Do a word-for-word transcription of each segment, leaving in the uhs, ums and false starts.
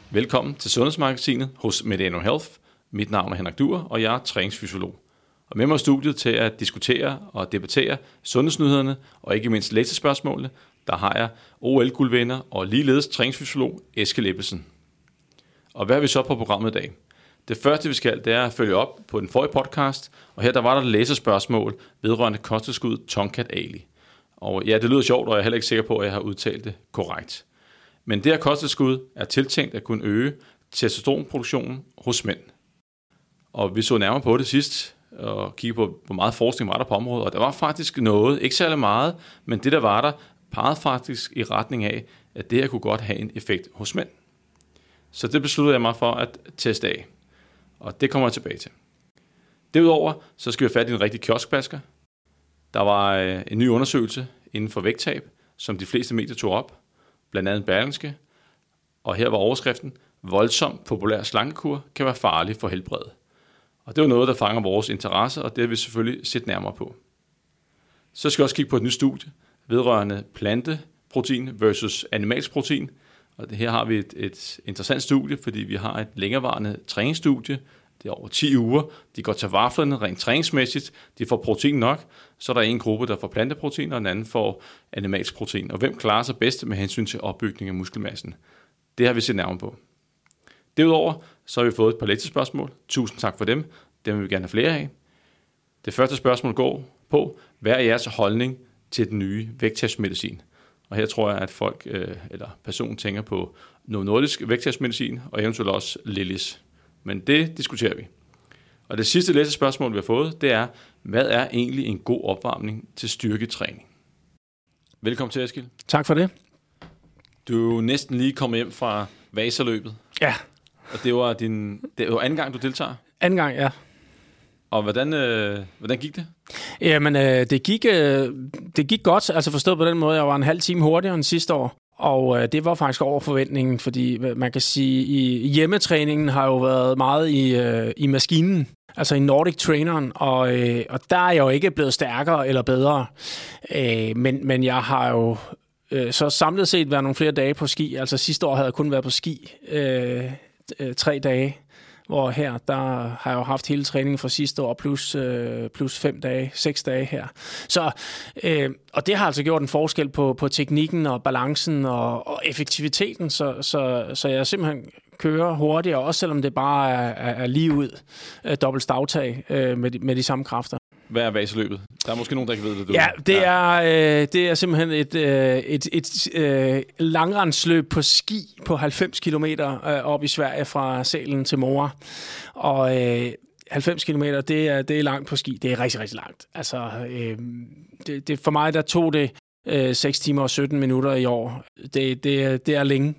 Velkommen til Sundhedsmagasinet hos Medano Health. Mit navn er Henrik Duer, og jeg er træningsfysiolog. Og med mig i studiet til at diskutere og debattere sundhedsnyhederne og ikke mindst læsespørgsmålene, der har jeg O L-guldvinder og ligeledes træningsfysiolog Eskild Ebbesen. Og hvad har vi så på programmet i dag? Det første vi skal, det er at følge op på den forrige podcast, og her der var der læsespørgsmål vedrørende kosttilskud Tongkat Ali. Og ja, det lyder sjovt, og jeg er heller ikke sikker på, at jeg har udtalt det korrekt. Men det her kosttilskud er tiltænkt at kunne øge testosteronproduktionen hos mænd. Og vi så nærmere på det sidst, og kigge på, hvor meget forskning var der på området, og der var faktisk noget, ikke særlig meget, men det der var der, pegede faktisk i retning af, at det her kunne godt have en effekt hos mænd. Så det besluttede jeg mig for at teste af, og det kommer jeg tilbage til. Derudover så skal vi have fat i en rigtig kioskbasker. Der var en ny undersøgelse inden for vægttab, som de fleste medier tog op, blandt andet Berlingske, og her var overskriften: voldsom populær slankekur kan være farlig for helbredet. Og det var noget, der fanger vores interesse, og det har vi selvfølgelig set nærmere på. Så skal vi også kigge på et nyt studie vedrørende planteprotein versus animalsk protein. Og her har vi et, et interessant studie, fordi vi har et længerevarende træningsstudie. Det er over ti uger. De går til vaflerne rent træningsmæssigt. De får protein nok. Så er der en gruppe, der får planteprotein, og en anden får animalsk protein. Og hvem klarer sig bedst med hensyn til opbygning af muskelmassen? Det har vi set nærmere på. Derudover så har vi fået et par læsespørgsmål. Tusind tak for dem. Dem vil vi gerne have flere af. Det første spørgsmål går på: hvad er jeres holdning til den nye vægttabsmedicin? Og her tror jeg, at folk øh, eller personen tænker på Novo Nordisk vægttabsmedicin og eventuelt også Lillis. Men det diskuterer vi. Og det sidste læsespørgsmål, vi har fået, det er: hvad er egentlig en god opvarmning til styrketræning? Velkommen til, Eskild. Tak for det. Du er næsten lige kommet hjem fra Vasaløbet. Ja. Og det var din det var anden gang, du deltager? Anden gang, ja. Og hvordan, øh, hvordan gik det? Jamen, øh, det, gik, øh, det gik godt, altså forstået på den måde, jeg var en halv time hurtigere end sidste år. Og øh, det var faktisk over forventningen, fordi man kan sige, i hjemmetræningen har jo været meget i, øh, i maskinen, altså i Nordic Traineren, og, øh, og der er jeg jo ikke blevet stærkere eller bedre. Øh, men, men jeg har jo øh, så samlet set været nogle flere dage på ski. Altså sidste år havde jeg kun været på ski øh, øh, tre dage. Hvor her, der har jeg jo haft hele træningen fra sidste år, plus, øh, plus fem dage, seks dage her. Så, øh, og det har altså gjort en forskel på, på teknikken og balancen og, og effektiviteten, så, så, så jeg simpelthen kører hurtigere, også selvom det bare er, er, er lige ud øh, dobbelt stavtag øh, med, de, med de samme kræfter. Hvad er Vasaløbet? Der er måske nogen, der ikke ved det. Du. Ja, det, ja. Er, øh, det er simpelthen et, øh, et, et øh, langrendsløb på ski på halvfems kilometer øh, op i Sverige fra Sälen til Mora. Og øh, halvfems kilometer, det er, det er langt på ski. Det er rigtig, rigtig langt. Altså, øh, det, det, for mig, der tog det øh, seks timer og sytten minutter i år. Det, det, det er længe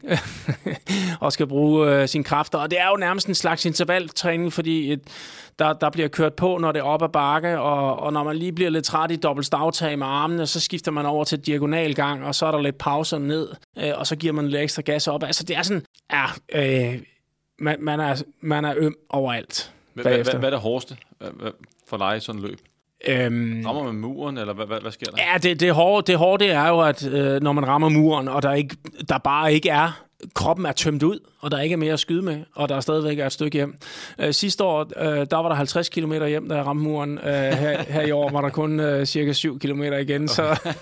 og skal bruge øh, sine kræfter. Og det er jo nærmest en slags intervaltræning, fordi et, der, der bliver kørt på, når det er op ad bakke, og, og når man lige bliver lidt træt i dobbelt stavtag med armene, så skifter man over til diagonal gang, og så er der lidt pauser ned, øh, og så giver man lidt ekstra gas op. Altså det er sådan, ja, øh, man, man, er, man er øm overalt. Hvad, hvad, hvad er det hårdeste for dig i sådan et løb? Øhm, rammer man muren, eller hvad, hvad, hvad sker der? Ja, det, det, hårde, det hårde det er jo, at øh, når man rammer muren, og der, ikke, der bare ikke er, kroppen er tømt ud, og der ikke er mere at skyde med, og der stadigvæk er et stykke hjem. Øh, sidste år, øh, der var der halvtreds kilometer hjem, da jeg ramte muren. Øh, her, her i år var der kun øh, cirka syv kilometer igen, så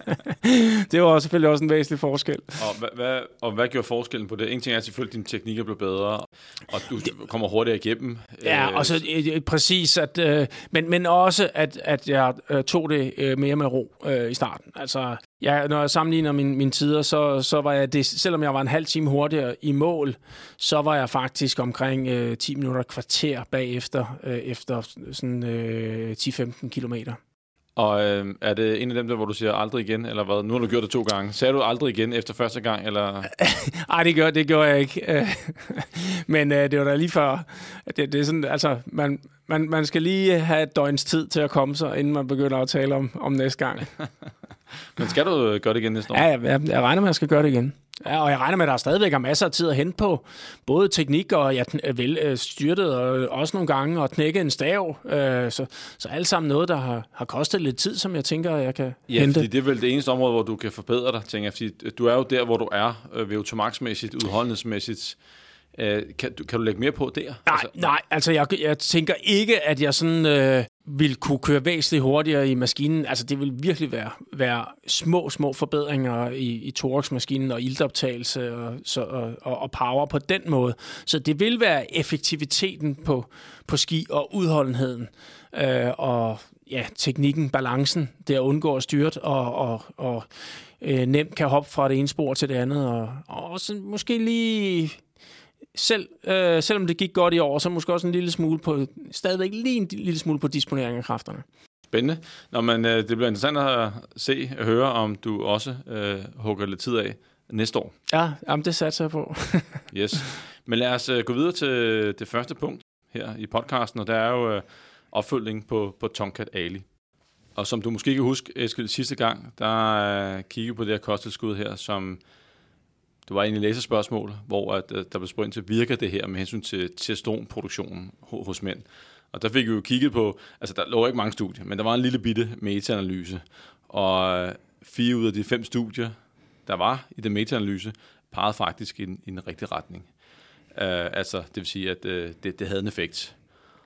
det var selvfølgelig også en væsentlig forskel. Og hvad, hvad, og hvad gjorde forskellen på det? En ting er selvfølgelig, at din teknik er blevet bedre, og du kommer hurtigere igennem. Ja, og så øh, præcis, at, øh, men, men også, at, at jeg øh, tog det øh, mere med ro øh, i starten. Altså, ja, når jeg sammenligner mine, mine tider, så, så var jeg, det, selvom jeg var en halv time hurtigere i mål, så var jeg faktisk omkring øh, ti minutter kvarter bagefter, øh, efter sådan øh, ti til femten kilometer. Og øh, er det en af dem der, hvor du siger aldrig igen, eller hvad? Nu har du gjort det to gange. Sagde du aldrig igen efter første gang, eller? Nej, det gør det gjorde jeg ikke. Men øh, det var da lige før. Det, det er sådan, altså, man, man, man skal lige have et døgns tid til at komme sig, inden man begynder at tale om, om næste gang. Men skal du gøre det igen næste år? Ja, jeg, jeg, jeg regner med, at jeg skal gøre det igen. Ja, og jeg regner med, at der stadigvæk er masser af tid at hente på. Både teknik og jeg vel styrtet og også nogle gange og knække en stav. Øh, så, så alt sammen noget, der har, har kostet lidt tid, som jeg tænker, jeg kan ja, hente. Ja, det er vel det eneste område, hvor du kan forbedre dig, tænker jeg. Fordi du er jo der, hvor du er, V O to max-mæssigt, udholdenhedsmæssigt. Øh, kan, kan du lægge mere på der? Nej, altså, nej, altså jeg, jeg tænker ikke, at jeg sådan øh, vil kunne køre væsentligt hurtigere i maskinen. Altså det vil virkelig være, være små, små forbedringer i, i thorax-maskinen og iltoptagelse og, så, og, og power på den måde. Så det vil være effektiviteten på, på ski og udholdenheden øh, og ja, teknikken, balancen, det at undgå at styrte og, og, og øh, nemt kan hoppe fra det ene spor til det andet. Og, og så måske lige... Selv, øh, selvom det gik godt i år, så måske også en lille smule på, stadigvæk lige en lille smule på disponering af kræfterne. Spændende. Nå, men øh, det bliver interessant at se og høre, om du også øh, hugger lidt tid af næste år. Ja, jamen, det satser jeg på. Yes. Men lad os øh, gå videre til det første punkt her i podcasten, og der er jo øh, opfølgning på, på Tongkat Ali. Og som du måske kan huske, Eskild, sidste gang, der øh, kiggede på det her kosttilskud her, som... Det var egentlig læserspørgsmål, hvor at, at der blev spurgt ind til, virker det her med hensyn til testosteronproduktionen hos mænd? Og der fik vi jo kigget på, altså der lå ikke mange studier, men der var en lille bitte meta-analyse, og fire ud af de fem studier, der var i den meta-analyse, pegede faktisk i en, i en rigtig retning. Uh, altså, det vil sige, at uh, det, det havde en effekt.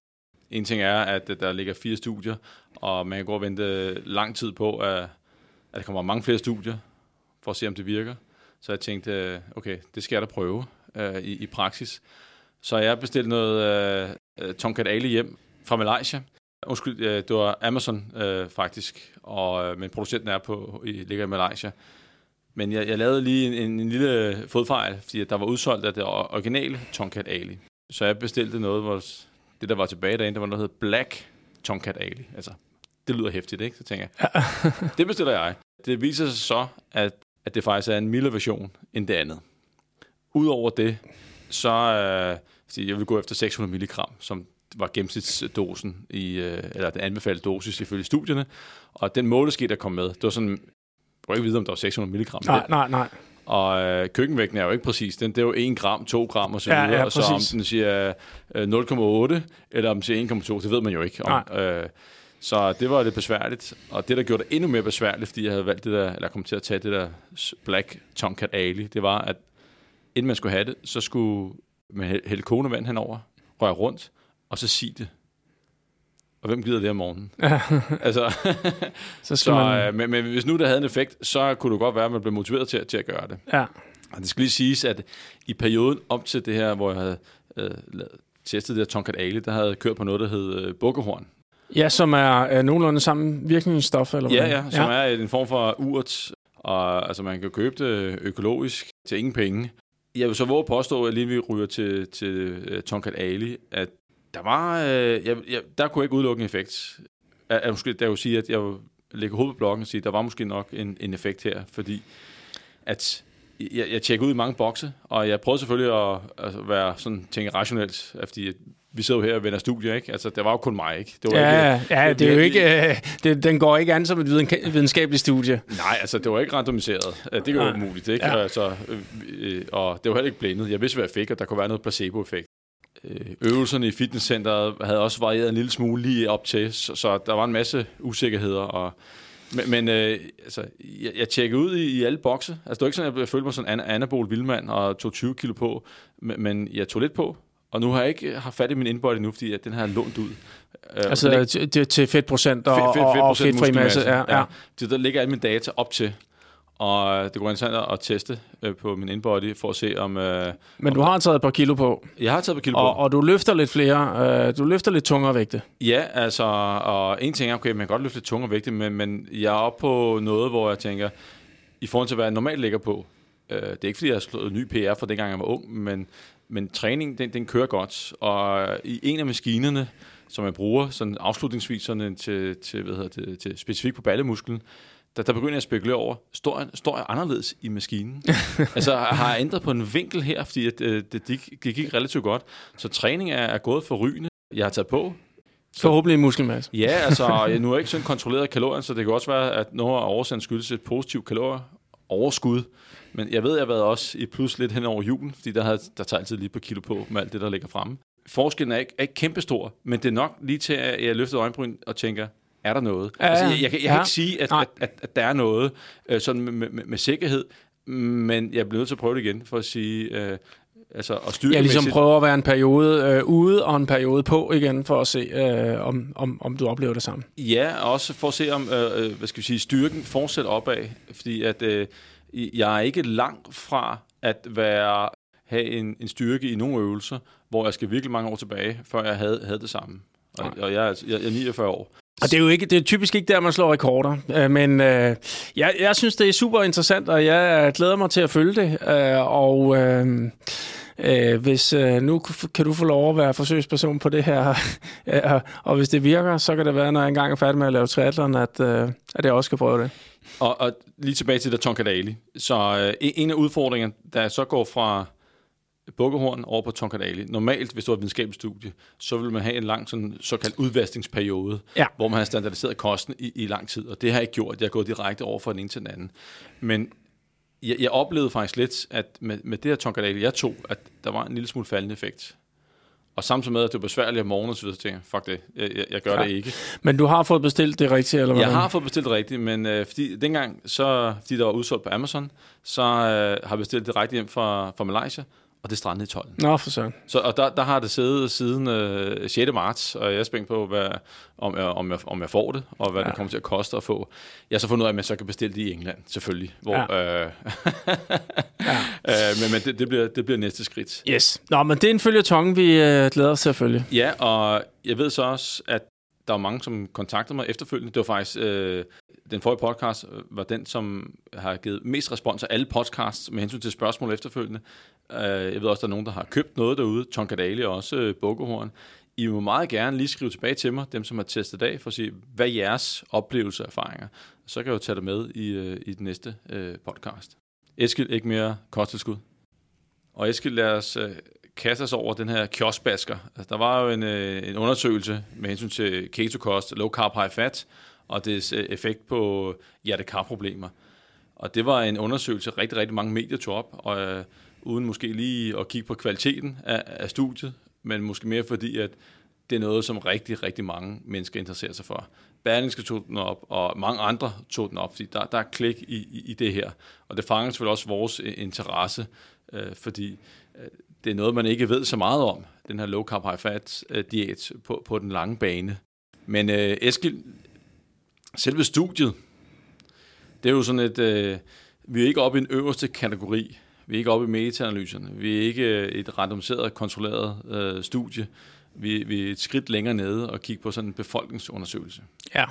En ting er, at uh, der ligger fire studier, og man kan gå og vente lang tid på, at, at der kommer mange flere studier, for at se, om det virker. Så jeg tænkte, okay, det skal jeg da prøve øh, i, i praksis. Så jeg bestilte noget øh, Tongkat Ali hjem fra Malaysia. Undskyld, øh, det var Amazon øh, faktisk, og, men producenten er på, i, ligger i Malaysia. Men jeg, jeg lavede lige en, en, en lille fodfejl, fordi der var udsolgt af det originale Tongkat Ali. Så jeg bestilte noget, hvor det der var tilbage derinde, der var noget, der hed Black Tongkat Ali. Altså, det lyder hæftigt, ikke? Så tænker jeg, det bestiller jeg. Det viser sig så, at at det faktisk er en mildere version end det andet. Udover det, så øh, jeg vil gå efter seks hundrede milligram, som var gennemsnitsdosen, i, øh, eller den anbefalede dosis ifølge studierne. Og den måleske, der kom med, det var sådan, jeg kunne ikke vide, om der var seks hundrede milligram. Nej, nej, nej. Og øh, køkkenvægten er jo ikke præcis. Den, det er jo en gram, to gram og så videre. Ja, ja, og så om den siger øh, nul komma otte, eller om den siger en komma to, det ved man jo ikke om. Øh, Så det var lidt besværligt, og det, der gjorde det endnu mere besværligt, fordi jeg havde valgt det der, eller kom til at tage det der Black Tongkat Ali, det var, at inden man skulle have det, så skulle man hælde kogende vand henover, røre rundt, og så sige det. Og hvem gider det om morgenen? altså, så så, man... men, men hvis nu det havde en effekt, så kunne det godt være, at man blev motiveret til, til at gøre det. Ja. Og det skal lige siges, at i perioden op til det her, hvor jeg havde øh, testet det her Tongkat Ali, der havde jeg kørt på noget, der hed øh, bukkehorn. Ja, som er øh, nogenlunde samme virkningsstof, eller hvad? Ja, ja, som ja. er en form for urt, og altså man kan købe det økologisk til ingen penge. Jeg vil så våge at påstå, at lige vi ryger til, til uh, Tongkat Ali, at der var, øh, jeg, jeg, der kunne ikke udelukke en effekt. Jeg, jeg, måske, der vil sige, at jeg vil lægge hovedet på blokken og sige, at der var måske nok en, en effekt her, fordi at jeg, jeg tjekkede ud i mange bokse, og jeg prøvede selvfølgelig at, at være sådan, tænke rationelt, fordi vi sidder jo her og vender studier, ikke? Altså, det var jo kun mig, ikke? Det var ja, ikke, ja, det, det er jo ikke... Øh, det, den går ikke an som et videnskabeligt studie. Nej, altså, det var ikke randomiseret. Det var jo umuligt, ikke? Ja. Altså, øh, og det var heller ikke blændet. Jeg vidste, hvad jeg fik, og der kunne være noget placebo-effekt. Øvelserne i fitnesscenteret havde også varieret en lille smule lige op til, så, så der var en masse usikkerheder. Og, men men øh, altså, jeg, jeg tjekkede ud i, i alle bokse. Altså, det var ikke sådan, at jeg følte mig sådan en anabol vildmand og tog tyve kilo på, men, men jeg tog lidt på. Og nu har jeg ikke haft fat i min indbody nu, fordi at den har lånt ud. Altså uh, til, til, til fedtprocent og, fedt, fedt, fedt og fedtfri masse. Ja, ja. Ja. Det, der ligger alle mine data op til. Og det går interessant at teste øh, på min indbody for at se om... Øh, Men du har taget et par kilo på. Jeg har taget et par kilo og, på. Og du løfter lidt flere. Øh, du løfter lidt tungere vægte. Ja, altså... Og en ting er, okay, man kan godt løfte lidt tungere vægte, men, men jeg er oppe på noget, hvor jeg tænker, i forhold til, hvad jeg normalt ligger på. Øh, det er ikke, fordi jeg har slået ny P R fra dengang, jeg var ung, men... Men træningen, den, den kører godt, og i en af maskinerne, som jeg bruger sådan afslutningsvis sådan til, til, hvad hedder det, til specifikt på ballemusklen, der, der begynder jeg at spekulere over, står jeg, står jeg anderledes i maskinen? altså har jeg ændret på en vinkel her, fordi det, det, det, det gik relativt godt. Så træning er, er gået forrygende. Jeg har taget på. Så, forhåbentlig en muskelmasse. Ja, altså nu er jeg ikke sådan kontrolleret kalorien, så det kan også være, at noget af årsagen skyldes et positivt kalorieoverskud. Men jeg ved, at jeg har været også i plus lidt hen over julen, fordi der, havde, der tager altid lige på kilo på med alt det, der ligger fremme. Forskellen er ikke, er ikke kæmpestor, men det er nok lige til, at jeg løfter øjenbryn og tænker, er der noget? Ja, altså, jeg, jeg, jeg, jeg ja. kan ikke sige, at, at, at, at der er noget øh, sådan med, med, med sikkerhed, men jeg bliver nødt til at prøve det igen, for at sige, øh, Altså, og styrkemæssigt... Ja, ligesom prøve at være en periode øh, ude og en periode på igen, for at se, øh, om, om, om du oplever det samme. Ja, også for at se, om øh, hvad skal vi sige, styrken fortsætter opad. Fordi at, øh, jeg er ikke langt fra at være, have en, en styrke i nogle øvelser, hvor jeg skal virkelig mange år tilbage, før jeg havde, havde det samme. Og, og jeg, er, jeg er niogfyrre år. Og det er jo ikke, det er typisk ikke der, man slår rekorder. Øh, men øh, jeg, jeg synes, det er super interessant, og jeg glæder mig til at følge det. Øh, og øh, øh, hvis øh, nu kan du få lov at være forsøgsperson på det her, øh, og hvis det virker, så kan det være, når jeg engang er færdig med at lave triathlon, at, øh, at jeg også skal prøve det. Og, og lige tilbage til det Toncadali. Så øh, en af udfordringerne, der så går fra Bukkehorn over på Toncadali. Normalt, hvis du har et videnskabeligt studie, så vil man have en lang sådan, såkaldt udvaskningsperiode, ja. hvor man har standardiseret kosten i, i lang tid. Og det har jeg ikke gjort. Jeg er gået direkte over fra den ene til den anden. Men jeg, jeg oplevede faktisk lidt, at med, med det her Toncadali, jeg tog, at der var en lille smule faldende effekt. Og samtidig med, at det var besværligt om morgenen, så tænkte jeg, fuck det, jeg, jeg, jeg gør ja. det ikke. Men du har fået bestilt det rigtigt, eller hvad? Jeg har fået bestilt det rigtigt, men øh, fordi dengang, så, fordi der var udsolgt på Amazon, så øh, har jeg bestilt det rigtigt hjem fra, fra Malaysia, og det strandede i tolden. Nå, for søren. Så, og der, der har det siddet siden øh, sjette marts, og jeg er spændt på, hvad, om, jeg, om, jeg, om jeg får det, og hvad ja. det kommer til at koste at få. Jeg har så fundet ud af, at man så kan bestille det i England, selvfølgelig. Hvor, ja. øh, ja. øh, men men det, det, bliver, det bliver næste skridt. Yes. Nå, men det er en føljeton, vi øh, glæder os til at følge. Ja, og jeg ved så også, at der var mange, som kontaktede mig efterfølgende. Det var faktisk... Øh, den forrige podcast var den, som har givet mest respons af alle podcasts med hensyn til spørgsmål efterfølgende. Jeg ved også, der er nogen, der har købt noget derude, Toncadali og også Bukkehorn. I må meget gerne lige skrive tilbage til mig, dem som har testet af, for at sige, hvad er jeres oplevelser og erfaringer. Så kan jeg jo tage det med i, i den næste podcast. Eskild, ikke mere kosttilskud. Og Eskild, lad os kaste os over den her kioskbasker. Altså, der var jo en, en undersøgelse med hensyn til ketokost, low carb, high fat, og dets effekt på hjertekarproblemer. Og det var en undersøgelse, rigtig, rigtig mange medier tog op, og øh, uden måske lige at kigge på kvaliteten af, af studiet, men måske mere fordi, at det er noget, som rigtig, rigtig mange mennesker interesserer sig for. Berlingske tog den op, og mange andre tog den op, fordi der, der er klik i, i, i det her. Og det fanger selvfølgelig også vores interesse, øh, fordi øh, det er noget, man ikke ved så meget om, den her low carb, high fat øh, diæt på, på den lange bane. Men øh, Eskild, selve studiet, det er jo sådan et, øh, vi er ikke oppe i en øverste kategori, vi er ikke oppe i meta-analyserne, vi er ikke øh, et randomiseret, kontrolleret øh, studie, vi, vi er et skridt længere nede og kigge på sådan en befolkningsundersøgelse. Ja.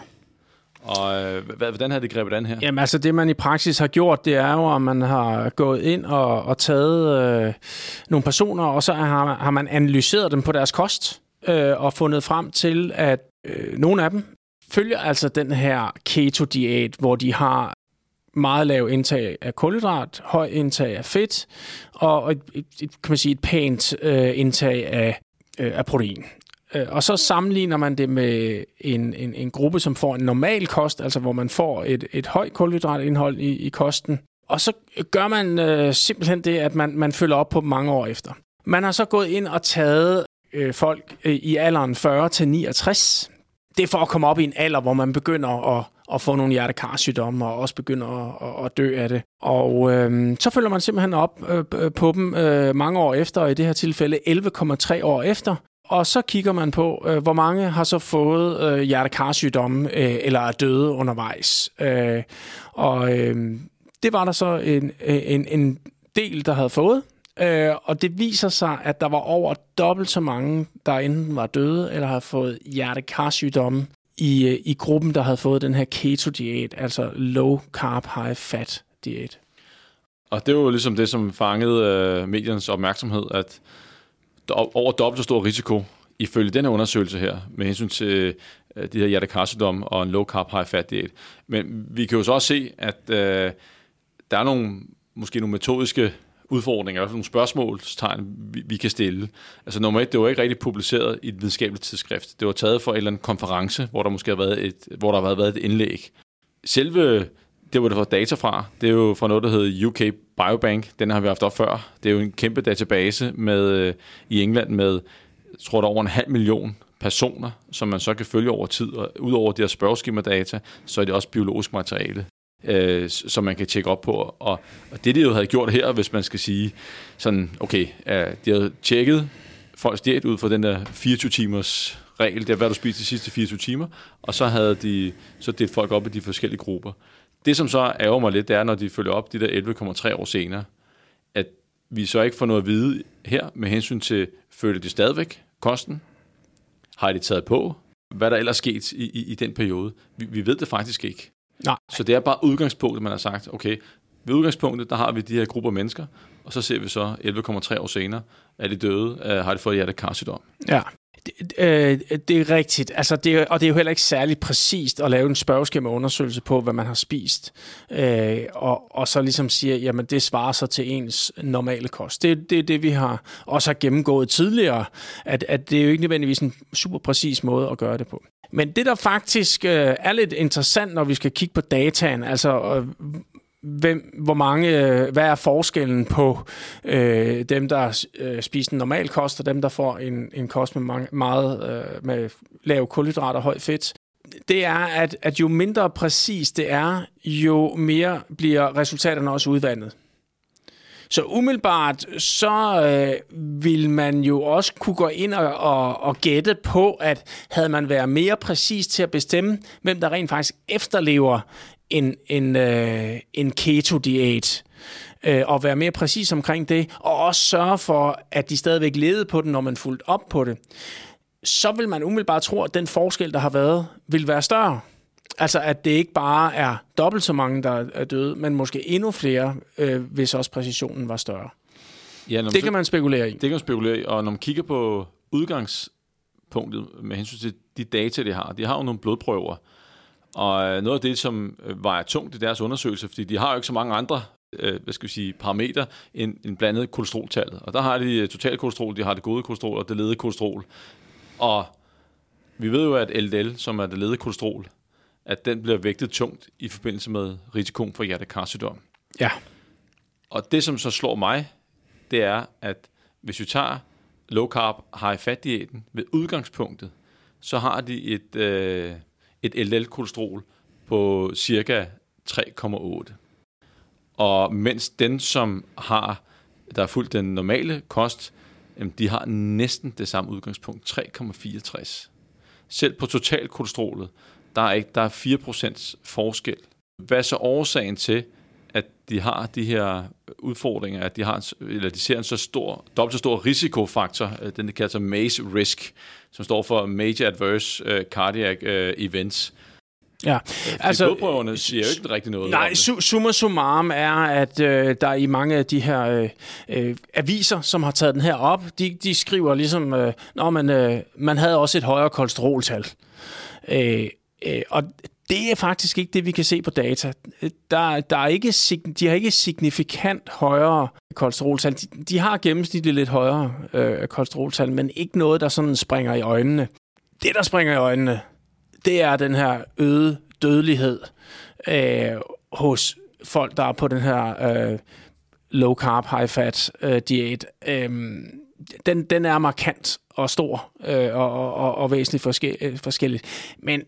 Og øh, hvordan har det grebet an her? Jamen altså det, man i praksis har gjort, det er jo, at man har gået ind og, og taget øh, nogle personer, og så har, har man analyseret dem på deres kost, øh, og fundet frem til, at øh, nogle af dem følger altså den her keto-diæt, hvor de har meget lav indtag af kulhydrat, høj indtag af fedt, og et, et, et, kan man sige, et pænt øh, indtag af, øh, af protein. Øh, og så sammenligner man det med en, en, en gruppe, som får en normal kost, altså hvor man får et, et højt kulhydratindhold i, i kosten. Og så gør man øh, simpelthen det, at man, man følger op på mange år efter. Man har så gået ind og taget øh, folk øh, i alderen fyrre til niogtres. Det er for at komme op i en alder, hvor man begynder at, at få nogle hjertekarsygdomme og også begynder at, at dø af det. Og øh, så følger man simpelthen op øh, på dem øh, mange år efter, og i det her tilfælde elleve komma tre år efter. Og så kigger man på, øh, hvor mange har så fået øh, hjertekarsygdomme øh, eller er døde undervejs. Øh, og øh, det var der så en, en, en del, der havde fået. Øh, og det viser sig, at der var over dobbelt så mange, der enten var døde eller havde fået hjertekarsygdomme i, i gruppen, der havde fået den her keto-diæt, altså low carb, high fat diæt. Og det er jo ligesom det, som fangede øh, mediernes opmærksomhed, at over dobbelt så stor risiko, ifølge den her undersøgelse her, med hensyn til øh, de her hjertekarsygdomme og en low carb, high fat diæt. Men vi kan jo så også se, at øh, der er nogle, måske nogle metodiske udfordringer, nogle spørgsmålstegn, vi, vi kan stille. Altså nummer et, det var ikke rigtig publiceret i et videnskabeligt tidsskrift. Det var taget fra en eller anden konference, hvor der måske har været et, hvor der har været et indlæg. Selve det, hvor det var data fra, det er jo fra noget, der hedder U K Biobank. Den har vi haft op før. Det er jo en kæmpe database med, i England med, jeg tror, der er over en halv million personer, som man så kan følge over tid. Og udover de her spørgeskema-data, så er det også biologisk materiale. øh, som man kan tjekke op på. Og, og det, de jo havde gjort her, hvis man skal sige sådan, okay, øh, de havde tjekket folks diæt ud fra den der fireogtyve timers regel, det er, hvad du spiser de sidste fireogtyve timer, og så havde de så delt folk op i de forskellige grupper. Det, som så ærger mig lidt, det er, når de følger op de der elleve komma tre år senere, at vi så ikke får noget at vide her med hensyn til, følger de stadigvæk kosten? Har de taget på? Hvad der ellers sket i, i, i den periode? Vi, vi ved det faktisk ikke. Nej. Så det er bare udgangspunktet, man har sagt, okay, ved udgangspunktet, der har vi de her grupper mennesker, og så ser vi så elleve komma tre år senere, er de døde, har de fået hjertekarsygdom. Ja. Det, øh, det er rigtigt, altså det, og det er jo heller ikke særlig præcist at lave en spørgeskemaundersøgelse på, hvad man har spist, øh, og, og så ligesom siger, jamen det svarer så til ens normale kost. Det, det er det, vi har også har gennemgået tidligere, at, at det er jo ikke nødvendigvis en super præcis måde at gøre det på. Men det, der faktisk øh, er lidt interessant, når vi skal kigge på dataen, altså øh, Hvem, hvor mange, hvad er forskellen på øh, dem, der øh, spiser en normal kost, og dem, der får en, en kost med mange, meget øh, med lav kulhydrat og høj fedt? Det er, at, at jo mindre præcis det er, jo mere bliver resultaterne også udvandet. Så umiddelbart, så øh, vil man jo også kunne gå ind og, og, og gætte på, at havde man været mere præcis til at bestemme, hvem der rent faktisk efterlever en, en, øh, en keto-diæt, øh, og være mere præcis omkring det, og også sørge for, at de stadigvæk levede på den, når man fulgte op på det, så vil man umiddelbart tro, at den forskel, der har været, vil være større. Altså, at det ikke bare er dobbelt så mange, der er døde, men måske endnu flere, øh, hvis også præcisionen var større. Ja, det kan man spekulere i. Det kan man spekulere i, og når man kigger på udgangspunktet med hensyn til de data, de har, de har jo nogle blodprøver, og noget af det, som vejer tungt i deres undersøgelse, fordi de har jo ikke så mange andre øh, hvad skal vi sige, parametre end, end blandt andet kolesteroltallet. Og der har de totalkolesterol, de har det gode kolesterol og det ledede kolesterol. Og vi ved jo, at L D L, som er det ledede kolesterol, at den bliver vægtet tungt i forbindelse med risikoen for hjertekarsygdom. Ja. Og det, som så slår mig, det er, at hvis vi tager low carb, high fat diæten ved udgangspunktet, så har de et, øh, et L D L-kolesterol på cirka tre komma otte. Og mens den, som har, der er fulgt den normale kost, de har næsten det samme udgangspunkt, tre komma fireogtres. Selv på totalkolesterolet, der er, ikke, der er fire procent forskel. Hvad er så årsagen til, at de har de her udfordringer, at de, har en, eller de ser en så stor, dobbelt så stor risikofaktor, den der kalder sig M A C E risk, som står for Major Adverse uh, Cardiac uh, Events. Ja, altså blodprøverne siger jo ikke rigtig noget. Nej, su- summa summarum er, at øh, der i mange af de her øh, øh, aviser, som har taget den her op, de, de skriver ligesom, øh, når man, øh, man havde også et højere kolesteroltal. Øh, øh, og det er faktisk ikke det, vi kan se på data. Der, der er ikke, de har ikke signifikant højere kolesteroltal. De, de har gennemsnitligt lidt højere øh, kolesteroltal, men ikke noget, der sådan springer i øjnene. Det, der springer i øjnene, det er den her øgede dødelighed øh, hos folk, der er på den her øh, low carb, high fat øh, diæt. Øh, den, den er markant og stor øh, og, og, og væsentligt forske- forskelligt. Men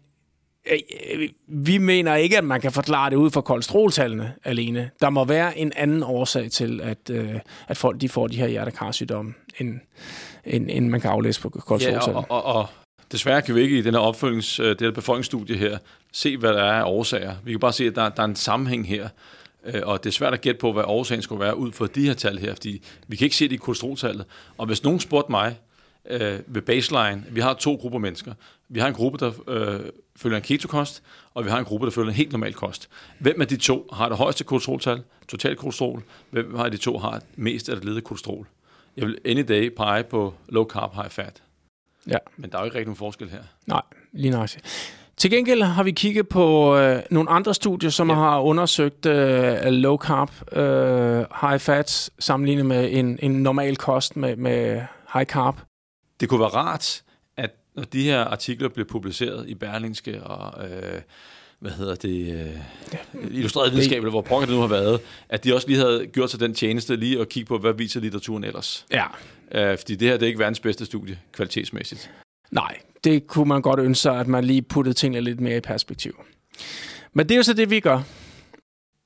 øh, vi mener ikke, at man kan forklare det ud fra kolesteroltallene alene. Der må være en anden årsag til, at, øh, at folk de får de her hjertekarsygdomme, end, end, end man kan aflæse på kolesteroltallene. Ja, og, og, og desværre kan vi ikke i den her opfølgings, det her befolkningsstudie her, se, hvad der er af årsager. Vi kan bare se, at der, der er en sammenhæng her, og det er svært at gætte på, hvad årsagen skulle være ud fra de her tal her, fordi vi kan ikke se det i kolesteroltallet. Og hvis nogen spurgte mig øh, ved baseline, vi har to grupper mennesker. Vi har en gruppe, der øh, følger en ketokost, og vi har en gruppe, der følger en helt normal kost. Hvem af de to har det højeste kolesteroltal, total kolesterol? Hvem af de to har mest af det ledede kolesterol? Jeg vil any day pege på low carb, high fat. Ja. Men der er jo ikke rigtig nogen forskel her. Nej, lige nøjagtigt. Til gengæld har vi kigget på øh, nogle andre studier, som ja. har undersøgt øh, low carb, øh, high fat, sammenlignet med en, en normal kost med, med high carb. Det kunne være rart, at når de her artikler blev publiceret i Berlingske og øh, hvad hedder det, øh, ja. Illustreret videnskab, eller hvor pokker det nu har været, at de også lige havde gjort sig den tjeneste lige at kigge på, hvad viser litteraturen ellers. Ja. Øh, fordi det her det er ikke verdens bedste studie, kvalitetsmæssigt. Nej, det kunne man godt ønske sig, at man lige puttede tingene lidt mere i perspektiv. Men det er jo så det, vi gør.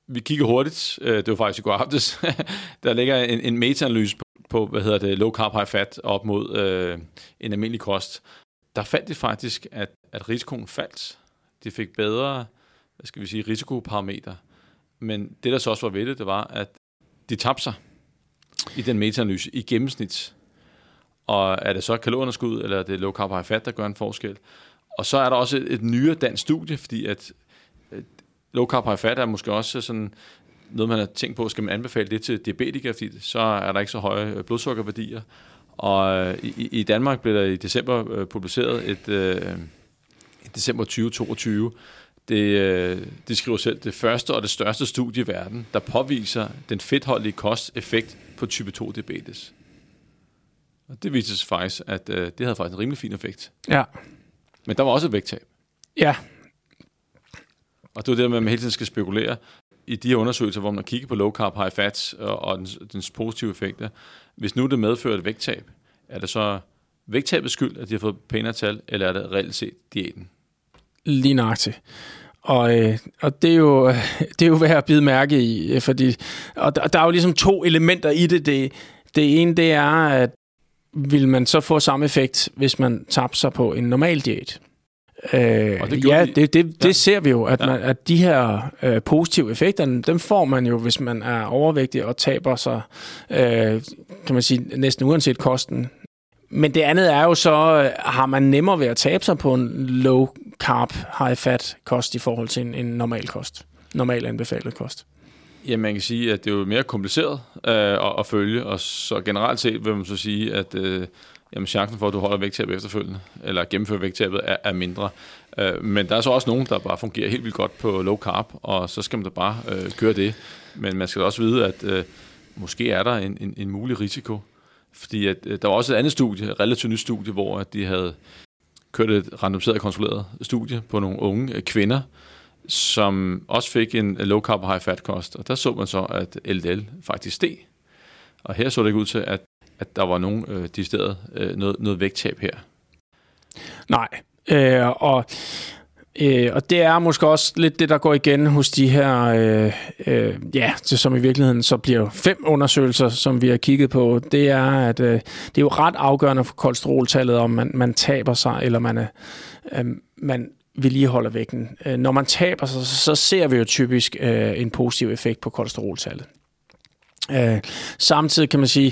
vi kigger hurtigt. Det var faktisk i går aftes. Der ligger en, en meta-analyse på, på, hvad hedder det, low carb, high fat op mod øh, en almindelig kost. Der fandt det faktisk, at, at risikoen faldt. De fik bedre, hvad skal vi sige, risikoparameter. Men det, der så også var ved det, det var, at de tabte sig i den meta-analyse i gennemsnit. Og er det så kalorieunderskud, eller er det low carb, high fat, der gør en forskel? Og så er der også et, et nyere dansk studie, fordi at low carb, high fat er måske også sådan noget, man har tænkt på, skal man anbefale det til diabetikere, fordi så er der ikke så høje blodsukkerværdier. Og i, i Danmark blev der i december øh, publiceret et øh, i december tyve toogtyve. Det, øh, de skriver selv, det første og det største studie i verden, der påviser den fedtholdige kosteffekt på type to diabetes. Og det viste sig faktisk, at øh, det havde faktisk en rimelig fin effekt. Ja. Men der var også et vægttab. Ja. Og det er det, at man hele tiden skal spekulere i de her undersøgelser, hvor man kigger på low carb, high fat og, og dens, dens positive effekter. Hvis nu det medfører et vægttab, er det så vægttabets skyld, at de har fået pænere tal, eller er det reelt set diæten? Lige nøjagtigt. Og, øh, og det, er jo, det er jo værd at bide mærke i, fordi og der, der er jo ligesom to elementer i det. Det, det ene, det er, at vil man så få samme effekt, hvis man tabte sig på en normal diæt? Øh, og det ja, de, det, det, det ja. ser vi jo, at, ja. man, at de her øh, positive effekter, dem får man jo, hvis man er overvægtig og taber sig, øh, kan man sige, næsten uanset kosten. Men det andet er jo så, har man nemmere ved at tabe sig på en low carb, high fat kost i forhold til en, en normal kost, normal anbefalet kost? Ja, man kan sige, at det er jo mere kompliceret øh, at, at følge, og så generelt set vil man så sige, at øh, jamen, chancen for, at du holder vægttabet efterfølgende, eller gennemfører vægttabet, er, er mindre. Øh, men der er så også nogen, der bare fungerer helt vildt godt på low carb, og så skal man da bare øh, køre det. Men man skal også vide, at øh, måske er der en, en, en mulig risiko. Fordi at, øh, der var også et andet studie, et relativt nyt studie, hvor at de havde kørt et randomiseret kontrolleret studie på nogle unge øh, kvinder, som også fik en low carb high fat kost. Og der så man så, at L D L faktisk steg. Og her så det ikke ud til, at, at der var nogen øh, decideret øh, noget, noget vægttab her. Nej, øh, og, øh, og det er måske også lidt det, der går igen hos de her, øh, øh, ja, det, som i virkeligheden så bliver fem undersøgelser, som vi har kigget på. Det er, at øh, det er jo ret afgørende for kolesteroltallet, om man, man taber sig, eller man, er, øh, man vedligeholder vægten. Øh, når man taber sig, så, så ser vi jo typisk øh, en positiv effekt på kolesteroltallet. Øh, samtidig kan man sige,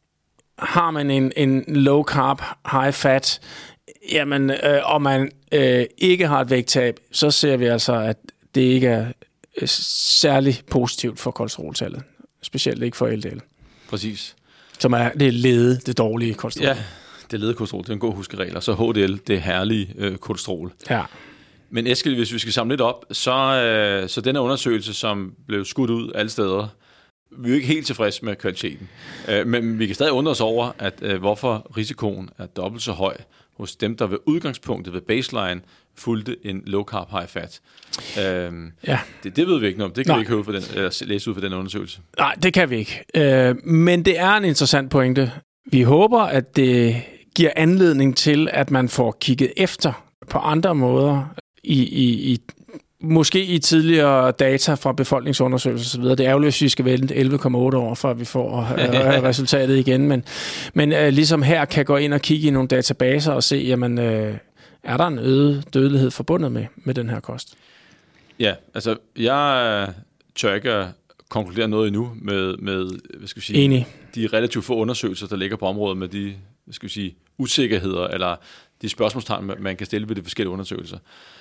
har man en, en low carb, high fat, jamen, øh, og man øh, ikke har et vægttab, så ser vi altså, at det ikke er øh, særlig positivt for kolesteroltallet. Specielt ikke for L D L. Præcis. Som er det lede, det dårlige kolesterol. Ja, det lede kolesterol, det er en god huskeregel. Og så H D L, det herlige øh, kolesterol. Ja. Men Eskild, hvis vi skal samle lidt op, så, øh, så denne undersøgelse, som blev skudt ud alle steder, vi er jo ikke helt tilfredse med kvaliteten. Øh, men vi kan stadig undre os over, at øh, hvorfor risikoen er dobbelt så høj hos dem, der ved udgangspunktet, ved baseline, fulgte en low carb, high fat. Øh, ja. det, det ved vi ikke noget om. Det kan Nej. vi ikke høre for den, eller læse ud fra den undersøgelse. Nej, det kan vi ikke. Øh, men det er en interessant pointe. Vi håber, at det giver anledning til, at man får kigget efter på andre måder i, i, i måske i tidligere data fra befolkningsundersøgelser osv. Det er jo, hvis vi skal vente elleve komma otte år, før vi får øh, resultatet igen. Men, men øh, ligesom her kan gå ind og kigge i nogle databaser og se, jamen, øh, er der en øget dødelighed forbundet med, med den her kost? Ja, altså jeg tør ikke konkludere noget endnu med, med hvad skal vi sige, Enig. de relativt få undersøgelser, der ligger på området med de hvad skal vi sige, usikkerheder eller de spørgsmålstegn, man kan stille ved de forskellige undersøgelser.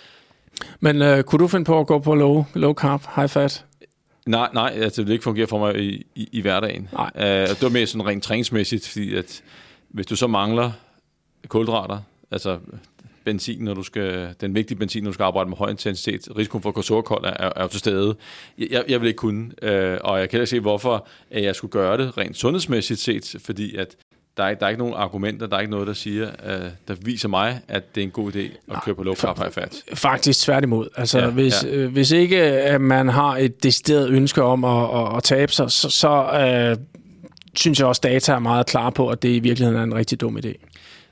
Men øh, kunne du finde på at gå på low, low carb, high fat? Nej, nej, altså det vil ikke fungere for mig i, i, i hverdagen. Nej. Uh, det var mere sådan rent træningsmæssigt, fordi at hvis du så mangler kulhydrater, altså benzin, når du skal, den vigtige benzin, når du skal arbejde med høj intensitet, risikoen for at gå sukkerkold er, er, er jo til stede. Jeg, jeg vil ikke kunne, uh, og jeg kan ikke se, hvorfor at jeg skulle gøre det rent sundhedsmæssigt set, fordi at Der er, der er ikke nogen argumenter, der er ikke noget, der siger, uh, der viser mig, at det er en god idé at Nej, køre på low carb high fat. Faktisk tværtimod. Altså, ja, hvis, ja. Øh, hvis ikke at man har et decideret ønske om at, at, at tabe sig, så, så øh, synes jeg også, data er meget klar på, at det i virkeligheden er en rigtig dum idé.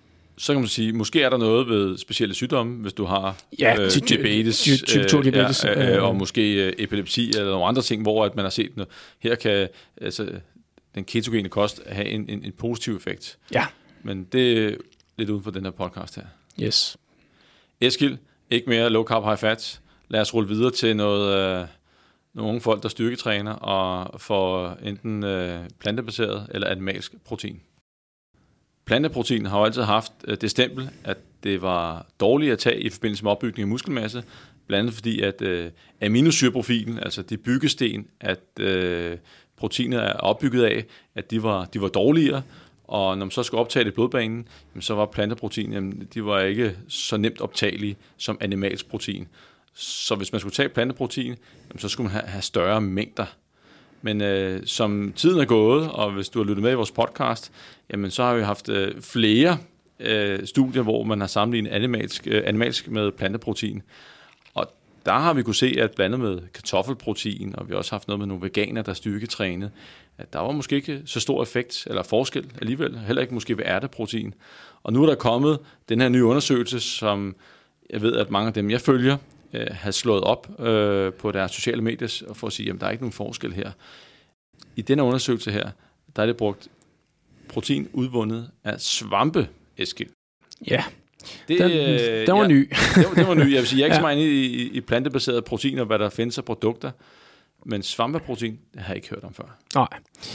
så kan man sige, måske er der noget ved specielle sygdomme, hvis du har ja, øh, ty- diabetes, ty- type to diabetes, ja, øh, og måske øh, epilepsi eller nogle andre ting, hvor at man har set noget. Her kan altså, den ketogene kost have en, en, en positiv effekt. Ja. Men det er lidt uden for den her podcast her. Yes. Eskild, ikke mere low carb, high fat. Lad os rulle videre til noget, øh, nogle unge folk, der styrketræner og får enten øh, plantebaseret eller animalsk protein. Planteprotein har jo altid haft øh, det stempel, at det var dårligt at tage i forbindelse med opbygning af muskelmasse, blandt andet fordi, at øh, aminosyreprofilen, altså de byggesten, at øh, proteinet er opbygget af, at de var, de var dårligere, og når man så skulle optage det i blodbanen, jamen, så var planteprotein, jamen, de var ikke så nemt optagelige som animalsk protein. Så hvis man skulle tage planteprotein, jamen, så skulle man have, have større mængder. Men øh, som tiden er gået, og hvis du har lyttet med i vores podcast, jamen, så har vi haft øh, flere øh, studier, hvor man har sammenlignet animalsk, øh, animalsk med planteprotein. Og der har vi kunne se, at blandet med kartoffelprotein, og vi har også haft noget med nogle veganer, der styrketrænede, at der var måske ikke så stor effekt eller forskel alligevel, heller ikke måske ved ærteprotein. Og nu er der kommet den her nye undersøgelse, som jeg ved, at mange af dem, jeg følger, øh, har slået op øh, på deres sociale medier for at sige, at der er ikke nogen forskel her. I denne undersøgelse her, der er det brugt protein udvundet af svampe, Eskild. Ja, det, den, øh, den var ja, ny. det, var, det var ny. Jeg vil sige, jeg er ikke ja. så meget inde i, i plantebaserede proteiner, hvad der findes af produkter, men svampeprotein, det har jeg ikke hørt om før. Nej.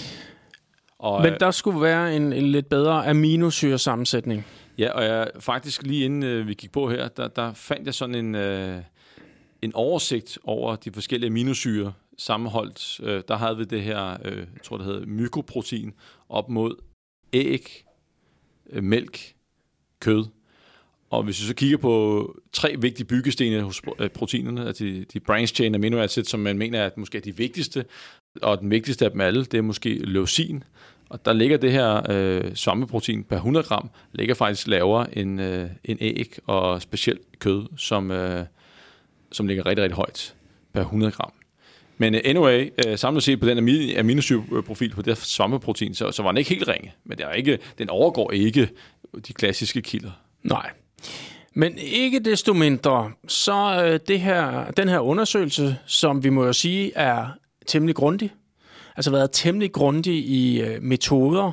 Og, men der skulle være en, en lidt bedre aminosyresammensætning. Ja, og jeg, faktisk lige inden øh, vi gik på her, der, der fandt jeg sådan en, øh, en oversigt over de forskellige aminosyre sammenholdt. Øh, der havde vi det her, øh, jeg tror det hedder mykoprotein, op mod æg, øh, mælk, kød. Og hvis vi så kigger på tre vigtige byggesten hos proteinerne, altså de, de branch chain amino acids, som man mener er måske er de vigtigste, og den vigtigste af dem alle, det er måske leucin. Og der ligger det her øh, svampeprotein per hundrede gram, ligger faktisk lavere end, øh, end æg og specielt kød, som, øh, som ligger rigtig, rigtig højt per hundrede gram. Men uh, anyway, uh, samlet set på den aminosyreprofil på det her svampeprotein, så, så var den ikke helt ringe, men det er ikke, den overgår ikke de klassiske kilder. Nej. Men ikke desto mindre, så øh, det her, den her undersøgelse, som vi må jo sige er temmelig grundig, altså været temmelig grundig i øh, metoder,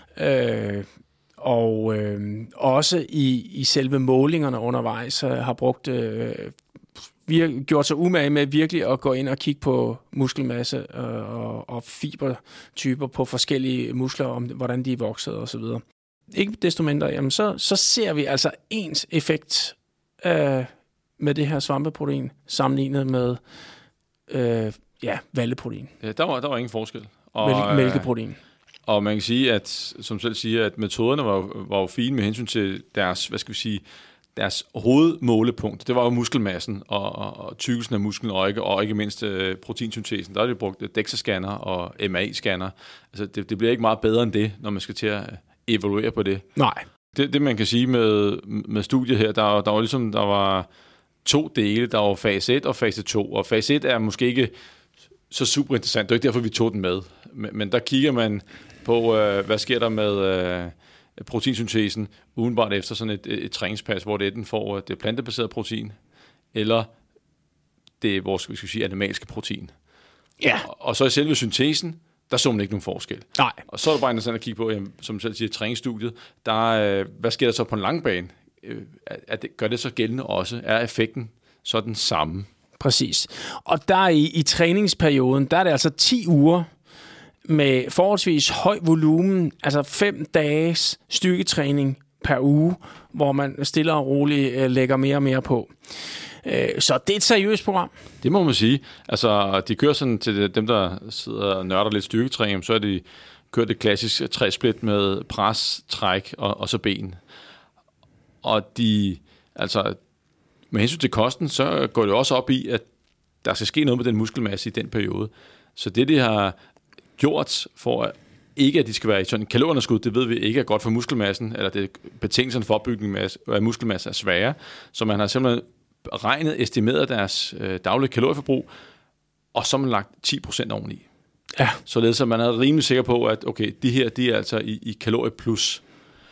øh, og øh, også i, i selve målingerne undervejs, øh, har brugt, øh, vi har gjort sig umage med virkelig at gå ind og kigge på muskelmasse øh, og, og fibertyper på forskellige muskler, om hvordan de er vokset osv. Ikke desto mindre, jamen så, så ser vi altså ens effekt øh, med det her svampeprotein sammenlignet med øh, ja, valleprotein. Ja, der var, der var ingen forskel. Og, Mæl- mælkeprotein. Og man kan sige, at som selv siger, at metoderne var, var jo fine med hensyn til deres, hvad skal vi sige, deres hovedmålepunkt. Det var jo muskelmassen og, og, og tykkelsen af musklen og ikke, og ikke mindst øh, proteinsyntesen. Der er det brugt DEXA-scanner og M R I-scanner. Altså det, det bliver ikke meget bedre end det, når man skal til at evaluere på det. Nej. Det, det man kan sige med, med studiet her, der, der var ligesom, der var to dele. Der var fase et og fase to. Og fase et er måske ikke så super interessant. Det er ikke derfor, vi tog den med. Men, men der kigger man på, øh, hvad sker der med øh, proteinsyntesen udenbart efter sådan et, et, et træningspas, hvor det enten får det plantebaserede protein, eller det er vores, vi skal sige, animalske protein. Ja. Og, og så i selve syntesen, der så man ikke nogen forskel. Nej. Og så er det bare interessant at kigge på, jamen, som selv siger, træningsstudiet, der, øh, hvad sker der så på en lang bane? Øh, er det, gør det så gældende også? Er effekten så den samme? Præcis. Og der i, i træningsperioden, der er det altså ti uger med forholdsvis høj volumen, altså fem dages styrketræning per uge, hvor man stille og roligt øh, lægger mere og mere på. Øh, så det er et seriøst program. Det må man sige. Altså, de kører sådan til dem, der sidder og nørder lidt styrketræning, så er de kørt det klassiske tre-split med pres, træk og, og så ben. Og de, altså, med hensyn til kosten, så går det også op i, at der skal ske noget med den muskelmasse i den periode. Så det, de har gjort for at ikke, at de skal være i sådan en kalorieunderskud, det ved vi ikke er godt for muskelmassen, eller det betingelserne for opbygning af muskelmasse er svære. Så man har simpelthen regnet, estimeret deres øh, daglige kalorieforbrug, og så har man lagt ti procent oveni. Ja. Således at man er rimelig sikker på, at okay, de her, de er altså i, i kalorieplus.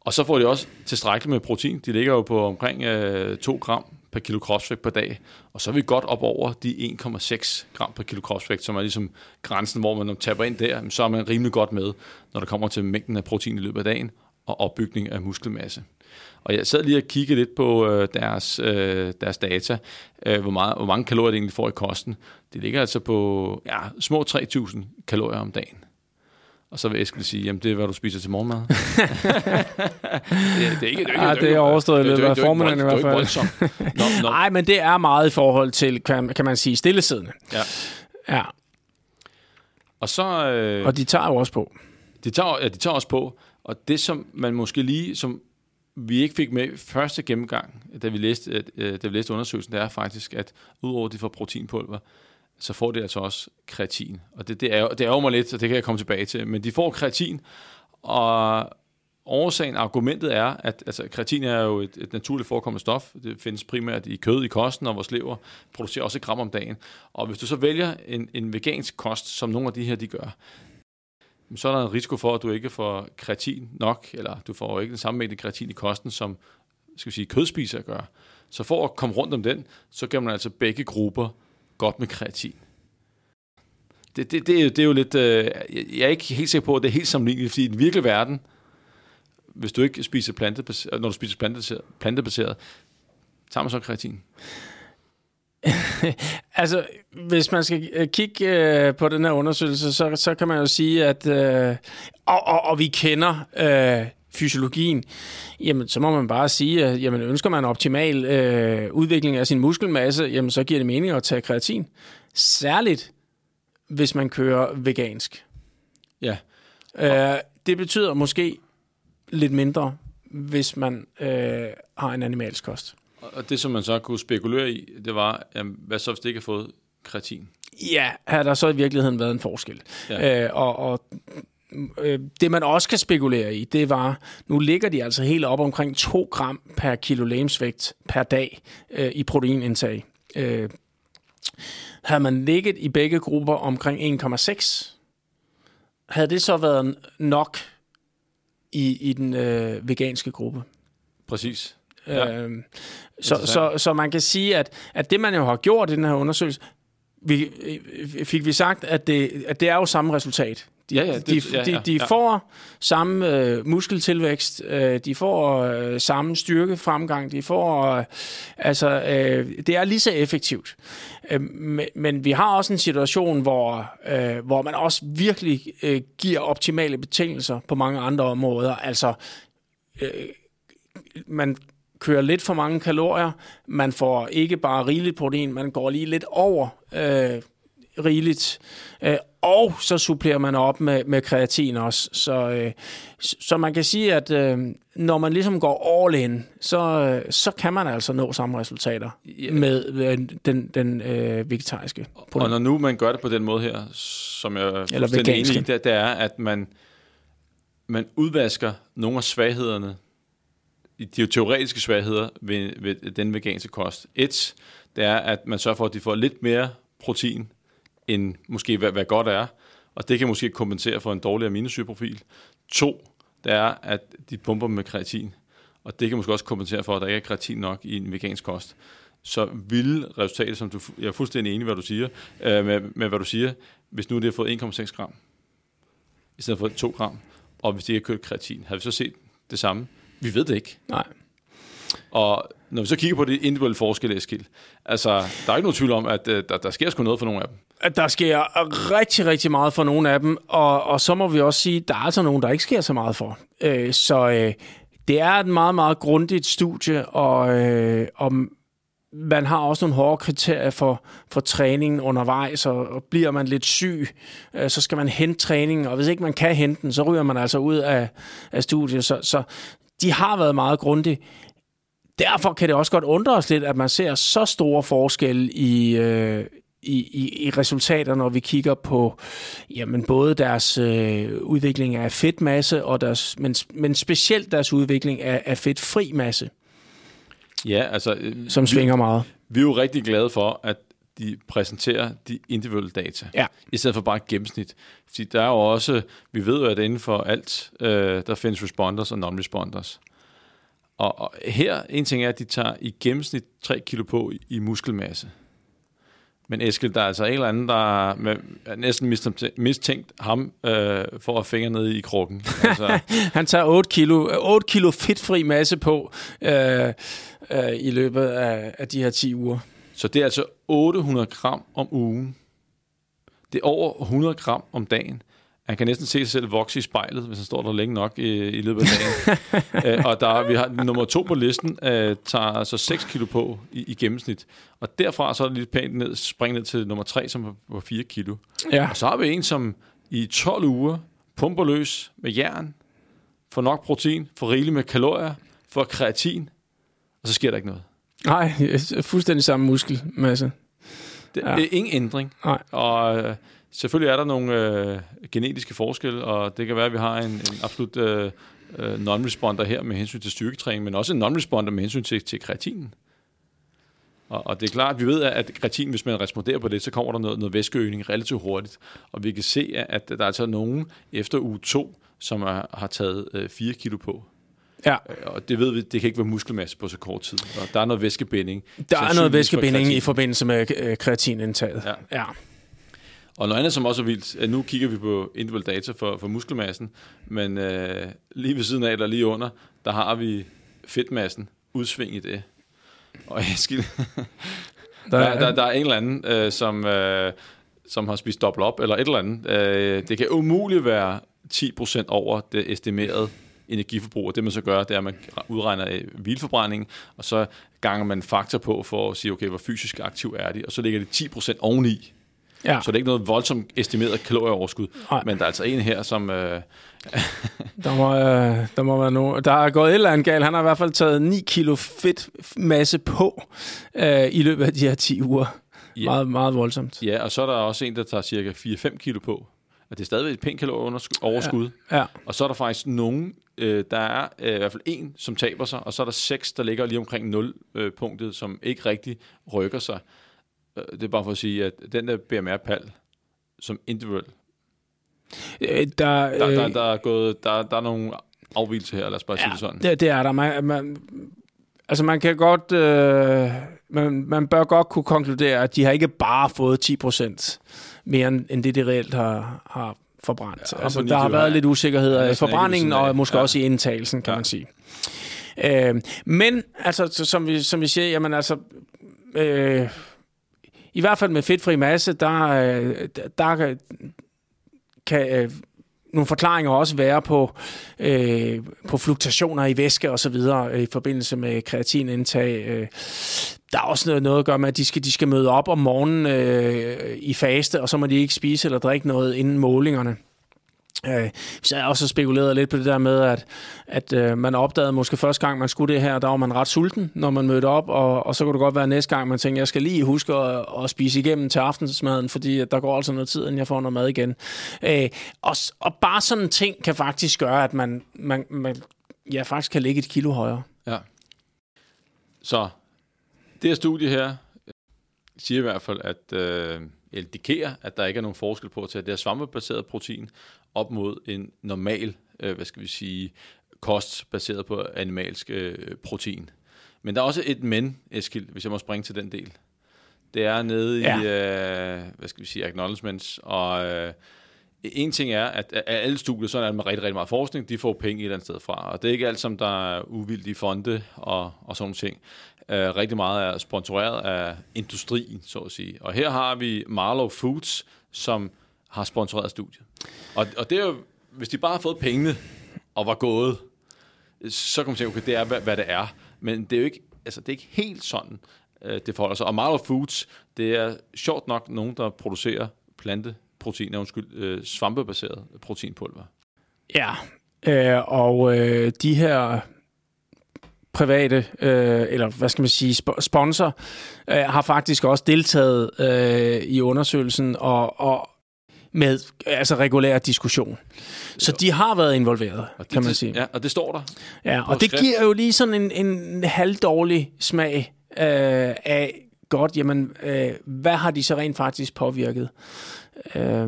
Og så får de også tilstrækkeligt med protein. De ligger jo på omkring øh, to gram per kilo kropsvægt per dag. Og så er vi godt op over de en komma seks gram per kilo kropsvægt, som er ligesom grænsen, hvor man taber ind der, så er man rimelig godt med, når der kommer til mængden af protein i løbet af dagen og opbygning af muskelmasse. Og jeg sad lige og kiggede lidt på øh, deres, øh, deres data, øh, hvor, meget, hvor mange kalorier de egentlig får i kosten. Det ligger altså på ja, små tre tusind kalorier om dagen. Og så vil jeg skulle sige, jamen det er, hvad du spiser til morgenmad. det, det er ikke... Det er, ja, det er overstået i løbet af formiddagen i hvert fald. Nej, men det er meget i forhold til, kan, kan man sige, stillesiddende. Ja. Ja. Og så... Øh, og de tager jo også på. De tager, ja, de tager også på. Og det, som man måske lige... som vi ikke fik med første gennemgang, da vi læste, da vi læste undersøgelsen, det er faktisk, at udover de får proteinpulver, så får de altså også kreatin. Og det, det, er, det ærger mig lidt, og det kan jeg komme tilbage til. Men de får kreatin, og årsagen, argumentet er, at altså, kreatin er jo et, et naturligt forekommende stof. Det findes primært i kød i kosten, og vores lever producerer også et gram om dagen. Og hvis du så vælger en, en vegansk kost, som nogle af de her, de gør, så er der en risiko for, at du ikke får kreatin nok, eller du får ikke den samme mængde kreatin i kosten, som skal vi sige, kødspisere gør. Så for at komme rundt om den, så gør man altså begge grupper godt med kreatin. Det, det, det, er, det er jo lidt... Øh, jeg er ikke helt sikker på, at det er helt sammenligneligt, fordi i den virkelige verden, hvis du ikke spiser plantebaseret, når du spiser plantebaseret, plantebaseret tager man så kreatin. Altså, hvis man skal kigge øh, på den her undersøgelse, så, så kan man jo sige, at... Øh, og, og, og vi kender... Øh, fysiologien, jamen så må man bare sige, at jamen, ønsker man en optimal øh, udvikling af sin muskelmasse, jamen så giver det mening at tage kreatin. Særligt, hvis man kører vegansk. Ja. Øh, det betyder måske lidt mindre, hvis man øh, har en animalsk kost. Og det, som man så kunne spekulere i, det var, jamen, hvad så hvis det ikke har fået kreatin? Ja, har der så i virkeligheden været en forskel. Ja. Øh, og, og det, man også kan spekulere i, det var, nu ligger de altså helt op omkring to gram per kilo legemsvægt per dag øh, i proteinindtag. Øh, havde man ligget i begge grupper omkring en komma seks, havde det så været nok i, i den øh, veganske gruppe? Præcis. Ja. Øh, så, så, så man kan sige, at, at det, man jo har gjort i den her undersøgelse, vi, fik vi sagt, at det, at det er jo samme resultat. De, ja, ja, det, de, ja, de, ja, de ja. får samme øh, muskeltilvækst, øh, de får øh, samme styrkefremgang, de får, øh, altså, øh, det er lige så effektivt. Øh, men, men vi har også en situation, hvor, øh, hvor man også virkelig øh, giver optimale betingelser på mange andre områder. Altså, øh, man kører lidt for mange kalorier, man får ikke bare rigeligt protein, man går lige lidt over øh, rigeligt, øh, og så supplerer man op med, med kreatin også. Så, øh, så man kan sige, at øh, når man ligesom går all in, så, øh, så kan man altså nå samme resultater yeah. med øh, den, den øh, vegetariske protein. Og når nu man gør det på den måde her, som jeg er fuldstændig enig i, det, det er, at man, man udvasker nogle af svaghederne, de teoretiske svagheder ved, ved den veganske kost. Et, det er, at man sørger for, at de får lidt mere protein, end måske hvad, hvad godt er, og det kan måske kompensere for en dårlig aminosyreprofil. To, det er, at de pumper med kreatin, og det kan måske også kompensere for, at der ikke er kreatin nok i en vegansk kost. Så vil resultatet, som du, jeg er fuldstændig enig, hvad du siger, øh, med, med hvad du siger, hvis nu det har fået en komma seks gram, i stedet for to gram, og hvis de ikke har kørt kreatin, har vi så set det samme? Vi ved det ikke. Nej. Og når vi så kigger på det individuelle forskelle, Eskild, altså, der er ikke nogen tvivl om, at uh, der, der sker sgu noget for nogle af dem. Der sker rigtig, rigtig meget for nogle af dem, og, og så må vi også sige, at der er altså nogen, der ikke sker så meget for. Øh, så øh, det er et meget, meget grundigt studie, og, øh, og man har også nogle hårde kriterier for, for træningen undervejs, og, og bliver man lidt syg, øh, så skal man hente træningen, og hvis ikke man kan hente den, så ryger man altså ud af, af studiet. Så, så de har været meget grundige. Derfor kan det også godt undre os lidt, at man ser så store forskelle i, øh, i, i, i resultater, når vi kigger på jamen, både deres øh, udvikling af fedtmasse, og deres, men, men specielt deres udvikling af, af fedtfri masse, ja, altså, som vi, svinger meget. Vi er jo rigtig glade for, at de præsenterer de individuelle data, ja. i stedet for bare et gennemsnit. Fordi der er jo også, vi ved jo, at inden for alt, øh, der findes responders og non-responders. Og, og her, en ting er, at de tager i gennemsnit tre kilo på i, i muskelmasse. Men Eskild, der er altså en eller anden, der med, er næsten mistænkt, mistænkt ham øh, for at fingre ned i krukken. Altså. Han tager otte kilo, otte kilo fedtfri masse på øh, øh, i løbet af, af de her ti uger. Så det er altså otte hundrede gram om ugen. Det er over hundrede gram om dagen. Han kan næsten se sig selv vokse i spejlet, hvis han står der længe nok i, i løbet af dagen. uh, og der, vi har nummer to på listen, uh, tager altså seks kilo på i, i gennemsnit. Og derfra så er det lidt pænt ned, springe ned til nummer tre, som var fire kilo. Ja. Og så har vi en, som i tolv uger pumper løs med jern, får nok protein, får rigeligt med kalorier, får kreatin, og så sker der ikke noget. Nej, fuldstændig samme muskelmasse. Det, ja. det er ingen ændring. Nej. Og øh, selvfølgelig er der nogle øh, genetiske forskelle, og det kan være, at vi har en, en absolut øh, non-responder her med hensyn til styrketræning, men også en non-responder med hensyn til, til kreatinen. Og, og det er klart, at vi ved, at kreatin, hvis man responderer på det, så kommer der noget, noget væskeøgning relativt hurtigt. Og vi kan se, at der er altså nogen efter uge to, som er, har taget øh, fire kilo på. Ja. Og det ved vi, det kan ikke være muskelmasse på så kort tid. Og der er noget væskebinding. Der er noget væskebinding i forbindelse med øh, kreatinindtaget. Ja. Ja. Og noget andet, som også er vildt, at nu kigger vi på individuelle data for, for muskelmassen, men øh, lige ved siden af, eller lige under, der har vi fedtmassen, udsving i det. Og Eskild, der, der, der, der er en eller anden, øh, som, øh, som har spist dobbelt op, eller et eller andet. Øh, det kan umuligt være ti procent over det estimerede energiforbrug, og det man så gør, det er, at man udregner hvileforbrænding, og så ganger man faktor på for at sige, okay, hvor fysisk aktiv er de, og så ligger det ti procent oveni. Ja. Så det er ikke noget voldsomt estimeret kalorieoverskud, Nej. Men der er altså en her, som... Øh... der, må, øh, der må være nogen... Der er gået et eller andet galt. Han har i hvert fald taget ni kilo fedtmasse på øh, i løbet af de her ti uger. Ja. Meget, meget voldsomt. Ja, og så er der også en, der tager cirka fire til fem kilo på. Og det er stadigvæk et pænt kalorieoverskud. Ja. Ja. Og så er der faktisk nogen, øh, der er øh, i hvert fald en, som taber sig, og så er der seks, der ligger lige omkring nul-punktet, øh, som ikke rigtig rykker sig. Det er bare for at sige, at den der B M R-pal som individuel, øh, der, der, der, der, er gået, der, der er nogle afvigelser her, lad os bare ja, sige det sådan. Det, det er der. Man, man, altså man kan godt, øh, man, man bør godt kunne konkludere, at de har ikke bare fået ti procent mere end det, de reelt har, har forbrændt. Ja, altså, der har været lidt usikkerhed i forbrændingen, og måske ja. også i indtagelsen, kan ja. man sige. Øh, men, altså, som vi, som vi siger, jamen altså... Øh, I hvert fald med fedtfri masse, der, der kan øh, nogle forklaringer også være på, øh, på fluktuationer i væske og så videre i forbindelse med kreatinindtag. Øh, der er også noget, noget at gøre med, at de skal, de skal møde op om morgenen øh, i faste, og så må de ikke spise eller drikke noget inden målingerne. Øh, så jeg også spekuleret lidt på det der med, at, at øh, man opdagede måske første gang, man skulle det her, der var man ret sulten, når man mødte op, og, og så kunne det godt være næste gang, man tænkte, jeg skal lige huske at, at spise igennem til aftensmaden, fordi at der går altså noget tid, inden jeg får noget mad igen. Øh, og, og bare sådan en ting kan faktisk gøre, at man, man, man ja, faktisk kan ligge et kilo højere. Ja. Så det her studie her siger i hvert fald, at øh, indikerer, at der ikke er nogen forskel på at tage det her svampebaseret protein op mod en normal, øh, hvad skal vi sige, kost baseret på animalsk øh, protein. Men der er også et men, Eskild, hvis jeg må springe til den del. Det er nede ja. i, øh, hvad skal vi sige, acknowledgements, og øh, en ting er, at af alle studier, så er der med rigtig, rigtig meget forskning, de får penge et eller andet sted fra, og det er ikke alt, som der er uvildige fonde og, og sådan nogle ting. Uh, rigtig meget er sponsoreret af industrien, så at sige. Og her har vi Marlow Foods, som har sponsoreret studiet. Og, og det er jo, hvis de bare har fået pengene og var gået, så kan man sige, okay, det er, hvad, hvad det er. Men det er jo ikke, altså, det er ikke helt sådan, uh, det forholder sig. Og Marlow Foods, det er sjovt nok nogen, der producerer planteproteiner, undskyld, uh, svampebaseret proteinpulver. Ja, øh, og øh, de her... private, øh, eller hvad skal man sige, sp- sponsor, øh, har faktisk også deltaget øh, i undersøgelsen og, og med altså regulær diskussion. Så de har været involveret, det, kan man sige. Ja, og det står der. Ja, og det skrift. Giver jo lige sådan en, en halvdårlig smag øh, af godt, jamen, øh, hvad har de så rent faktisk påvirket? Øh,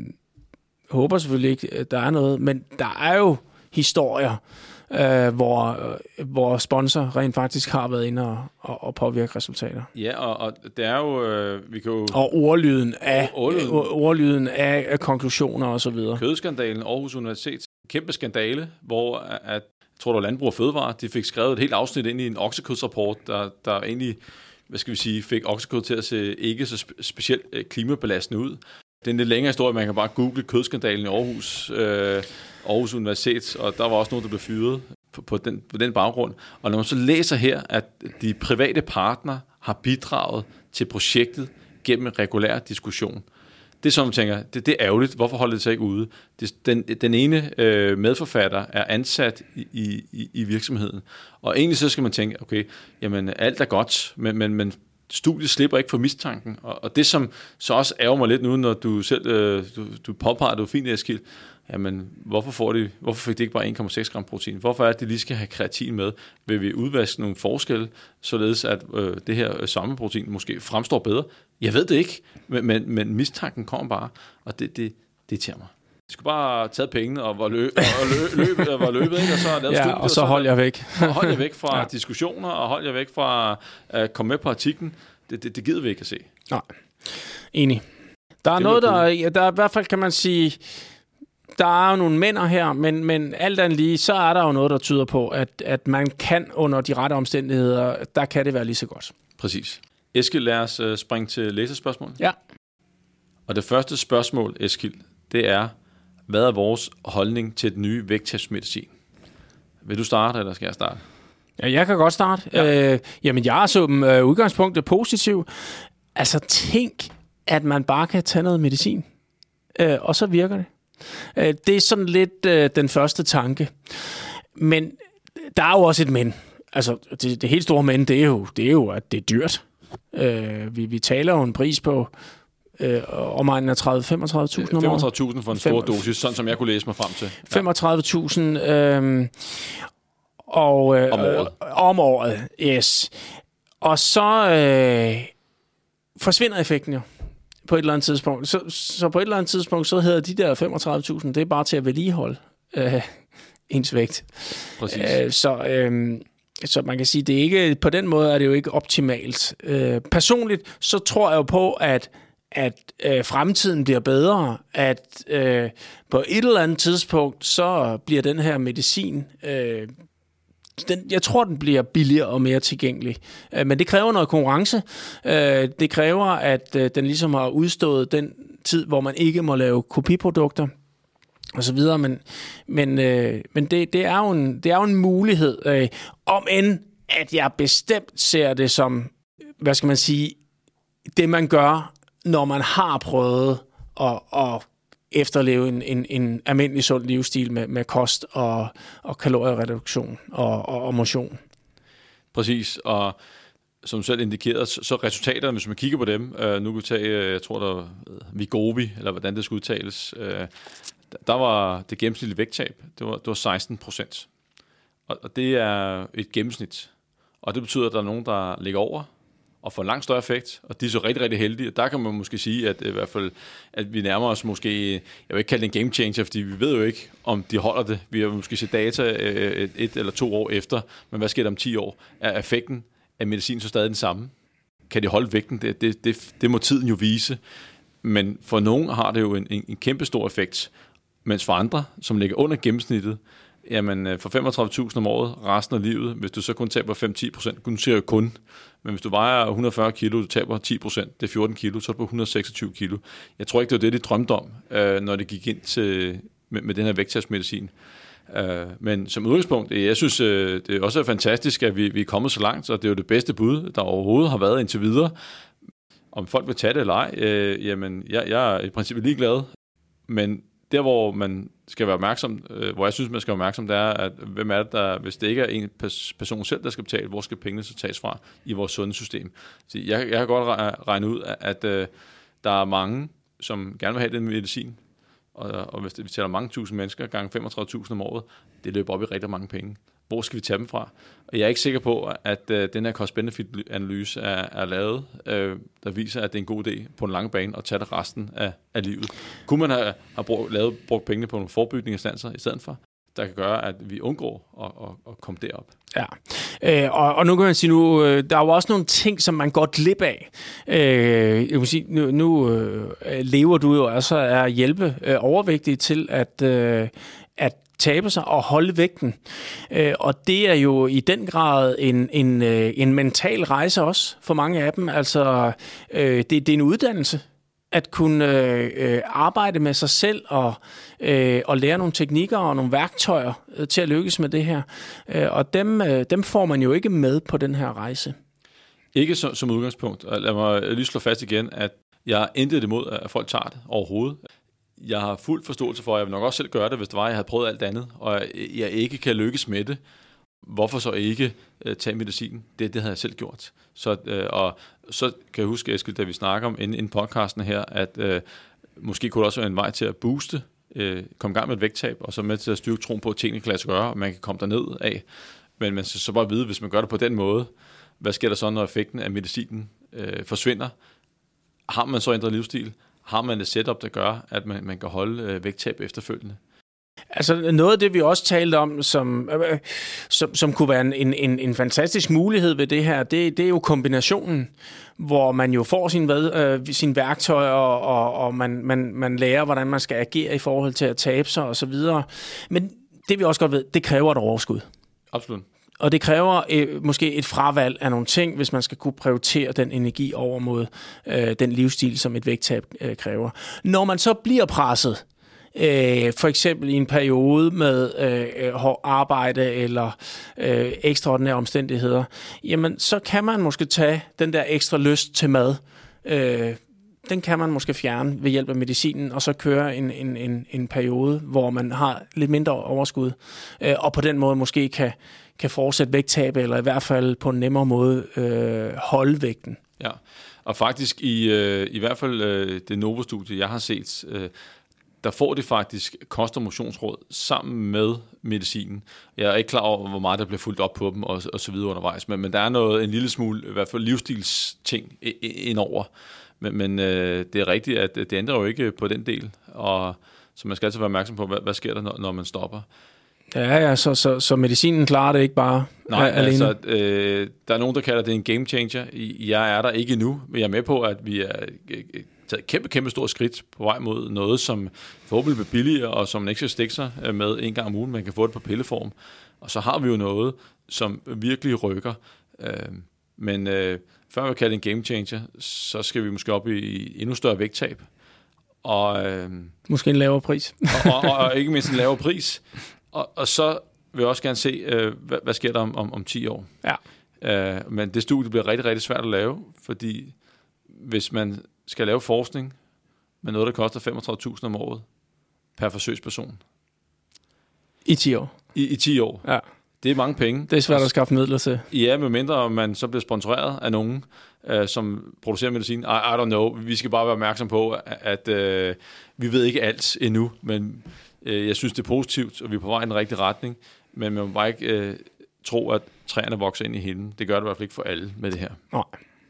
håber selvfølgelig ikke, at der er noget, men der er jo historier, øh, hvor, hvor sponsor rent faktisk har været inde og, og, og påvirke resultater. Ja, og, og det er jo, øh, vi kan jo... Og ordlyden af, ordlyden. ordlyden af, af konklusioner og så videre. Kødskandalen, Aarhus Universitet, kæmpe skandale, hvor at, jeg tror, der var Landbrug og Fødevare, de fik skrevet et helt afsnit ind i en oksekødsrapport, der, der egentlig, hvad skal vi sige, fik oksekød til at se ikke så spe- specielt øh, klimabelastende ud. Det er en lidt længere historie, man kan bare google kødskandalen i Aarhus, øh, Aarhus Universitet, og der var også nogen, der blev fyret på, på, den, på den baggrund. Og når man så læser her, at de private partnere har bidraget til projektet gennem en regulær diskussion, det er som man tænker, det, det er ærgerligt, hvorfor holder det sig ikke ude? Det, den, den ene øh, medforfatter er ansat i, i, i virksomheden, og egentlig så skal man tænke, okay, jamen alt er godt, men, men, men studiet slipper ikke for mistanken, og, og det som så også ærger mig lidt nu, når du selv øh, du, du påpeger, du er fint, Eskild, jamen hvorfor, får de, hvorfor fik de ikke bare en komma seks gram protein? Hvorfor er det, at de lige skal have kreatin med? Vil vi udvaske nogle forskelle, således at øh, det her samme protein måske fremstår bedre? Jeg ved det ikke, men, men, men mistanken kommer bare, og det, det, det irriterer mig. Jeg skulle bare tage pengene og var løb, og løb, løb, var løbet, ikke? Og så lavet ja, studiet, og så hold jeg væk. og hold jeg væk fra ja. diskussioner, og hold jeg væk fra at uh, komme med på artiklen. Det, det, det gider vi ikke at se. Nej, enig. Der er det noget, der, ja, der i hvert fald kan man sige, der er jo nogle mænd her, men, men alt andet lige, så er der jo noget, der tyder på, at, at man kan under de rette omstændigheder, der kan det være lige så godt. Præcis. Eskild, lad os uh, springe til læserspørgsmål. Ja. Og det første spørgsmål, Eskild, det er, hvad er vores holdning til den nye vægttabsmedicin? Vil du starte, eller skal jeg starte? Ja, jeg kan godt starte. Ja. Øh, jamen, jeg er som øh, udgangspunkt positiv. Altså, tænk, at man bare kan tage noget medicin, øh, og så virker det. Øh, det er sådan lidt øh, den første tanke. Men der er jo også et men. Altså, det, det helt store men, det er jo, det er jo at det er dyrt. Øh, vi, vi taler jo en pris på øh, omegnen af tredive til femogtredive tusind om året. femogtredive tusind for en stor dosis, sådan som jeg kunne læse mig frem til. Ja. femogtredive tusind øh, og, øh, om året. Øh, om året, yes. Og så øh, forsvinder effekten jo på et eller andet tidspunkt. Så, så på et eller andet tidspunkt, så hedder de der femogtredive tusind, det er bare til at vedligeholde øh, ens vægt. Præcis. Øh, så... Øh, Så man kan sige, det er ikke på den måde er det jo ikke optimalt. Øh, personligt så tror jeg jo på, at at øh, fremtiden bliver bedre, at øh, på et eller andet tidspunkt så bliver den her medicin, øh, den, jeg tror den bliver billigere og mere tilgængelig. Øh, men det kræver noget konkurrence. Øh, det kræver at øh, den ligesom har udstået den tid, hvor man ikke må lave kopiprodukter og så videre, men, men, øh, men det, det, er jo en, det er jo en mulighed, øh, om end at jeg bestemt ser det som, hvad skal man sige, det man gør, når man har prøvet at, at efterleve en, en, en almindelig sund livsstil med, med kost og, og kaloriereduktion og, og, og motion. Præcis, og som selv indikeret, så, så resultaterne, hvis man kigger på dem, øh, nu kan vi tage, jeg tror der var Vigovi, eller hvordan det skal udtales, øh, der var det gennemsnitlige vægttab, det var, det var seksten procent. Og, og det er et gennemsnit. Og det betyder, at der er nogen, der ligger over og får langt større effekt, og de er så rigtig, rigtig heldige. Og der kan man måske sige, at i hvert fald, at vi nærmer os måske, jeg vil ikke kalde det en game changer, fordi vi ved jo ikke, om de holder det. Vi har måske set data et, et eller to år efter, men hvad sker der om ti år? Er effekten af medicin så stadig den samme? Kan de holde vægten? Det, det, det, det må tiden jo vise. Men for nogen har det jo en, en, en kæmpe stor effekt, mens for andre, som ligger under gennemsnittet, jamen for femogtredive tusind om året resten af livet, hvis du så kun taber fem til ti procent, kun siger jo kun, men hvis du vejer et hundrede og fyrre kilo, du taber ti procent, det er fjorten kilo, så er du på et hundrede og seksogtyve kilo. Jeg tror ikke, det var det, de drømte om, når det gik ind til, med, med den her vægttabsmedicin. Men som udgangspunkt, jeg synes, det også er fantastisk, at vi, vi er kommet så langt, så det er jo det bedste bud, der overhovedet har været indtil videre. Om folk vil tage det eller ej, øh, jamen, jeg, jeg er i princippet ligeglad, men der, hvor man skal være opmærksom, øh, hvor jeg synes, man skal være opmærksom, det er, at hvem er det, der, hvis det ikke er en person selv, der skal betale, hvor skal pengene så tages fra i vores sundhedssystem? Så jeg, jeg kan godt regne ud, at, at øh, der er mange, som gerne vil have den medicin, og, og hvis det, vi taler mange tusind mennesker, gange femogtredive tusind om året, det løber op i rigtig mange penge. hvor skal vi tage dem fra? Og jeg er ikke sikker på, at øh, den her cost-benefit-analyse er, er lavet, øh, der viser, at det er en god idé på en lang bane at tage det resten af, af livet. Kunne man have, have brugt, lavet, brugt pengene på nogle forebygningsinstanser i stedet for, der kan gøre, at vi undgår at, at, at komme derop. Ja, øh, og, og nu kan man sige, nu, øh, der er jo også nogle ting, som man går glip af. Øh, jeg kan sige, nu, nu øh, lever du jo altså af at hjælpe øh, overvægtige til at, øh, at tabe sig og holde vægten. Øh, og det er jo i den grad en, en, øh, en mental rejse også for mange af dem. Altså, øh, det, det er en uddannelse at kunne øh, arbejde med sig selv og, øh, og lære nogle teknikker og nogle værktøjer øh, til at lykkes med det her. Øh, og dem, øh, dem får man jo ikke med på den her rejse. Ikke som, som udgangspunkt. Lad mig lige slå fast igen, at jeg er intet imod, at folk tager det overhovedet. Jeg har fuld forståelse for, at jeg vil nok også selv gøre det, hvis det var, jeg havde prøvet alt andet, og jeg ikke kan lykkes med det. Hvorfor så ikke øh, tage medicin? Det, det havde jeg selv gjort. Så, øh, og så kan jeg huske, Eskild, da vi snakker om inden, inden podcasten her, at øh, måske kunne det også være en vej til at booste, øh, komme i gang med et vægttab, og så med til at styrke troen på, at tingene kan lade sig gøre, og man kan komme derned af. Men man skal så bare vide, hvis man gør det på den måde, hvad sker der så, når effekten af medicinen øh, forsvinder? Har man så ændret livsstil? Har man et setup, der gør, at man, man kan holde øh, vægttab efterfølgende? Altså noget af det, vi også talte om, som, øh, som, som kunne være en, en, en fantastisk mulighed ved det her, det, det er jo kombinationen, hvor man jo får sin, øh, sin værktøjer, og, og, og man, man, man lærer, hvordan man skal agere i forhold til at tabe sig osv. Men det vi også godt ved, det kræver et overskud. Absolut. Og det kræver øh, måske et fravalg af nogle ting, hvis man skal kunne prioritere den energi over mod øh, den livsstil, som et vægttab øh, kræver. Når man så bliver presset, øh, for eksempel i en periode med øh, hårdt arbejde eller øh, ekstraordinære omstændigheder, jamen så kan man måske tage den der ekstra lyst til mad. Øh, den kan man måske fjerne ved hjælp af medicinen, og så køre en, en, en, en periode, hvor man har lidt mindre overskud, øh, og på den måde måske kan kan fortsætte vægttab, eller i hvert fald på en nemmere måde øh, holde vægten. Ja, og faktisk i, øh, i hvert fald øh, det Novo-studie, jeg har set, øh, der får det faktisk kost- og motionsråd sammen med medicinen. Jeg er ikke klar over, hvor meget der bliver fulgt op på dem og, og så videre undervejs, men, men der er noget, en lille smule, i hvert fald livsstilsting indover. Men, men øh, det er rigtigt, at det ændrer jo ikke på den del, og så man skal altid være opmærksom på, hvad, hvad sker der, når, når man stopper. Ja, ja, så, så, så medicinen klarer det ikke bare Nej, alene? altså, øh, der er nogen, der kalder det en game changer. Jeg er der ikke endnu, men jeg er med på, at vi er taget et kæmpe, kæmpe stort skridt på vej mod noget, som forhåbentlig bliver billigere, og som man ikke skal stikke sig med en gang om ugen. Man kan få det på pilleform. Og så har vi jo noget, som virkelig rykker. Øh, men øh, før vi kalder det en game changer, så skal vi måske op i endnu større vægttab. Og, øh, måske en lavere pris. og, og, og ikke mindst en lavere pris. Og, og så vil jeg også gerne se, øh, hvad, hvad sker der om, om, om ti år. Ja. Øh, men det studie bliver rigtig, rigtig svært at lave, fordi hvis man skal lave forskning med noget, der koster femogtredive tusind om året per forsøgsperson. I ti år? I, i ti år. Ja. Det er mange penge. Det er svært at skaffe midler til. Ja, medmindre man så bliver sponsoreret af nogen, øh, som producerer medicin. I, I don't know. Vi skal bare være opmærksom på, at, at øh, vi ved ikke alt endnu, men øh, jeg synes, det er positivt, og vi er på vej i den rigtige retning. Men man må bare ikke øh, tro, at træerne vokser ind i himlen. Det gør det i hvert fald ikke for alle med det her. Nej.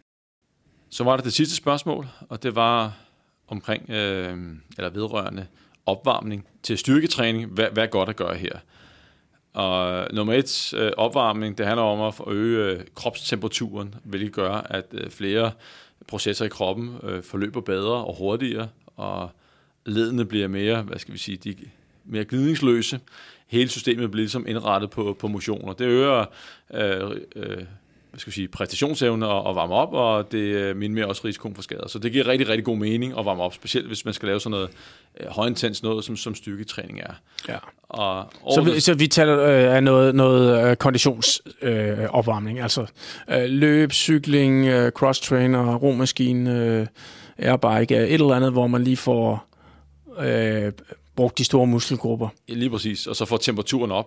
Så var der det sidste spørgsmål, og det var omkring, øh, eller vedrørende opvarmning til styrketræning. Hvad, hvad er godt at gøre her? Og nummer et, øh, opvarmning, det handler om at øge øh, kropstemperaturen, hvilket gør, at øh, flere processer i kroppen øh, forløber bedre og hurtigere, og ledene bliver mere, hvad skal vi sige, de mere glidningsløse. Hele systemet bliver ligesom indrettet på, på motioner. Det øger øh, øh, hvad skal vi sige, præstationsevne og, og varme op, og det minimerer også risikoen for skader. Så det giver rigtig, rigtig god mening at varme op, specielt hvis man skal lave sådan noget øh, højintens noget, som, som styrketræning er. Ja. Og så, vi, så vi taler øh, af noget, noget øh, konditionsopvarmning, øh, altså øh, løb, cykling, øh, cross-trainer, romaskine, øh, airbike, et eller andet, hvor man lige får øh, brugt de store muskelgrupper. Lige præcis, og så får temperaturen op,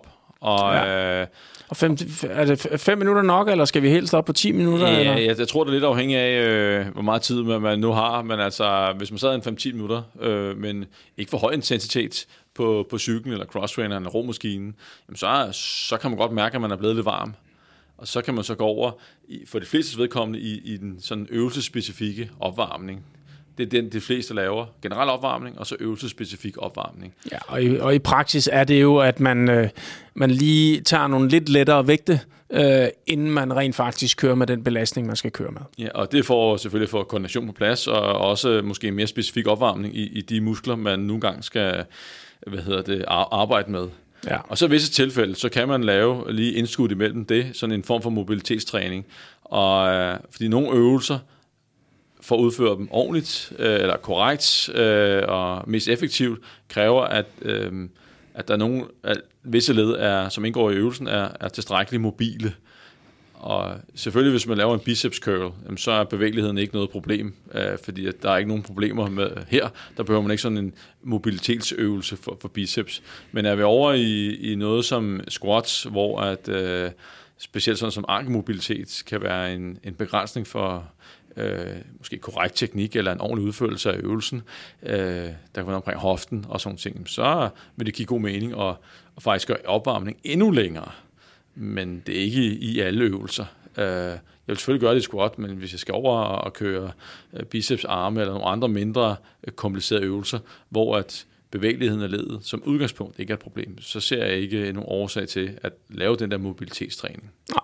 Og, ja. øh, og fem, er det fem minutter nok, eller skal vi helst op på ti minutter? Ja, eller? Jeg, jeg tror, det er lidt afhængigt af, øh, hvor meget tid man nu har. Men altså, hvis man sad en fem til ti minutter, øh, men ikke for høj intensitet på, på cyklen, eller cross-traineren, eller romaskinen, jamen så, så kan man godt mærke, at man er blevet lidt varm. Og så kan man så gå over, i, for de fleste vedkommende, i, i den sådan øvelsesspecifikke opvarmning. Det er den, de fleste laver. Generel opvarmning, og så øvelsesspecifik opvarmning. Ja, og i, og i praksis er det jo, at man, øh, man lige tager nogle lidt lettere vægte, øh, inden man rent faktisk kører med den belastning, man skal køre med. Ja, og det får selvfølgelig for koordination på plads, og også måske mere specifik opvarmning i, i de muskler, man nogle gange skal hvad hedder det, arbejde med. Ja. Og så i visse tilfælde, så kan man lave lige indskud imellem det, sådan en form for mobilitetstræning. Og øh, fordi nogle øvelser, for at udføre dem ordentligt, øh, eller korrekt, øh, og mest effektivt, kræver, at, øh, at der er nogle, at visse led, er, som indgår i øvelsen, er, er tilstrækkeligt mobile. Og selvfølgelig, hvis man laver en biceps curl, jamen, så er bevægeligheden ikke noget problem, øh, fordi at der er ikke nogen problemer med her. Der behøver man ikke sådan en mobilitetsøvelse for, for biceps. Men er vi over i, i noget som squats, hvor at, øh, specielt sådan som ankelmobilitet kan være en, en begrænsning for øh, måske korrekt teknik eller en ordentlig udførelse af øvelsen, øh, der kan være omkring hoften og sådan ting, så vil det give god mening at, at faktisk gøre opvarmning endnu længere. Men det er ikke i alle øvelser. Jeg vil selvfølgelig gøre det i squat, men hvis jeg skal over og køre biceps, arme eller nogle andre mindre komplicerede øvelser, hvor at bevægeligheden af ledet som udgangspunkt ikke er et problem, så ser jeg ikke nogen årsag til at lave den der mobilitetstræning. Nej.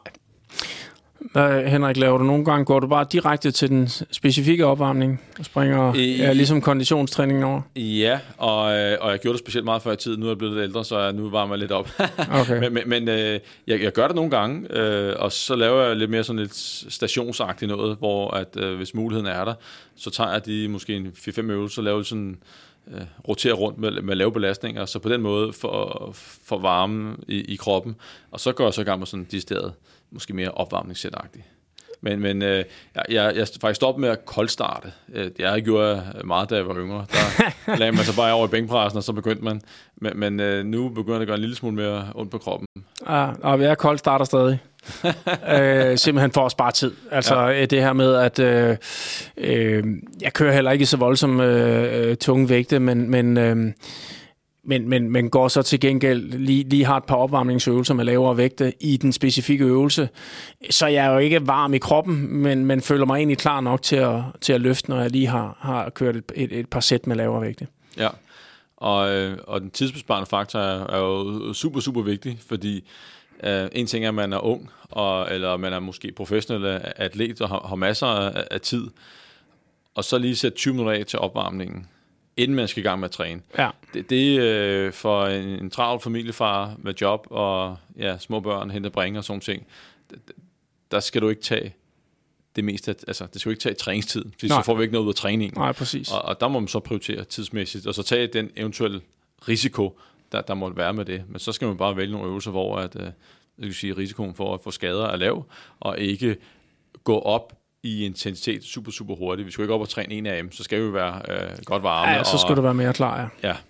Hvad, Henrik, laver du nogle gange, går du bare direkte til den specifikke opvarmning og springer I, ja, ligesom konditionstræningen over? Ja, og, og jeg gjorde det specielt meget før i tiden. Nu er jeg blevet lidt ældre, så nu varmer jeg lidt op. Okay. men men, men øh, jeg, jeg gør det nogle gange, øh, og så laver jeg lidt mere sådan lidt stationsagtigt noget, hvor at, øh, hvis muligheden er der, så tager jeg de måske en fire fem øvelser, så laver jeg sådan øh, roterer rundt med, med lave belastninger, så på den måde får for varme i, i kroppen, og så går jeg så i gang med sådan decideret måske mere opvarmningssætagtigt. Men, men øh, jeg, jeg, jeg faktisk stoppede med at koldstarte. Jeg gjorde meget, da jeg var yngre. Der lagde man sig bare over i bænkpressen, og så begyndte man. Men, men øh, nu begynder det at gøre en lille smule mere ondt på kroppen. Ja, og jeg koldstarter stadig. øh, simpelthen for at spare tid. Altså ja. Det her med, at øh, øh, jeg kører heller ikke så voldsomt øh, tunge vægte, men... men øh, Men, men, men går så til gengæld lige, lige har et par opvarmningsøvelser med lavere vægte i den specifikke øvelse, så jeg er jo ikke varm i kroppen, men, men føler mig egentlig klar nok til at, til at løfte, når jeg lige har, har kørt et, et, et par sæt med lavere vægte. Ja, og, og den tidsbesparende faktor er, er jo super, super vigtig, fordi uh, en ting er, at man er ung, og, eller man er måske professionel atlet og har, har masser af, af tid, og så lige sætte tyve minutter af til opvarmningen, inden man skal i gang med at træne. Ja. Det, det er øh, for en, en travl familiefar med job og ja, små børn, hente bringe og sådan ting. Der skal du ikke tage det meste, altså det skal du ikke tage træningstid, fordi så får vi ikke noget ud af træningen. Nej, præcis. Og, og der må man så prioritere tidsmæssigt, og så tage den eventuelle risiko, der, der måtte være med det. Men så skal man bare vælge nogle øvelser, hvor at, øh, jeg kan sige, risikoen for at få skader er lav, og ikke gå op i intensitet super, super hurtigt. Vi skal ikke op og træne en af dem, så skal vi være øh, godt varme. Ja, så skal og, du være mere klar, ja. ja.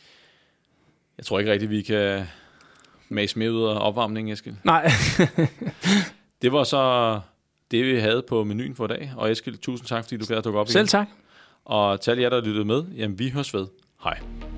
Jeg tror ikke rigtigt, vi kan mase mere ud af opvarmningen, Eskild. Nej. Det var så det, vi havde på menuen for i dag. Og Eskild, tusind tak, fordi du gad at dukke op igen. Selv tak. Og til alle jer, der lyttede med, jamen vi høres ved. Hej.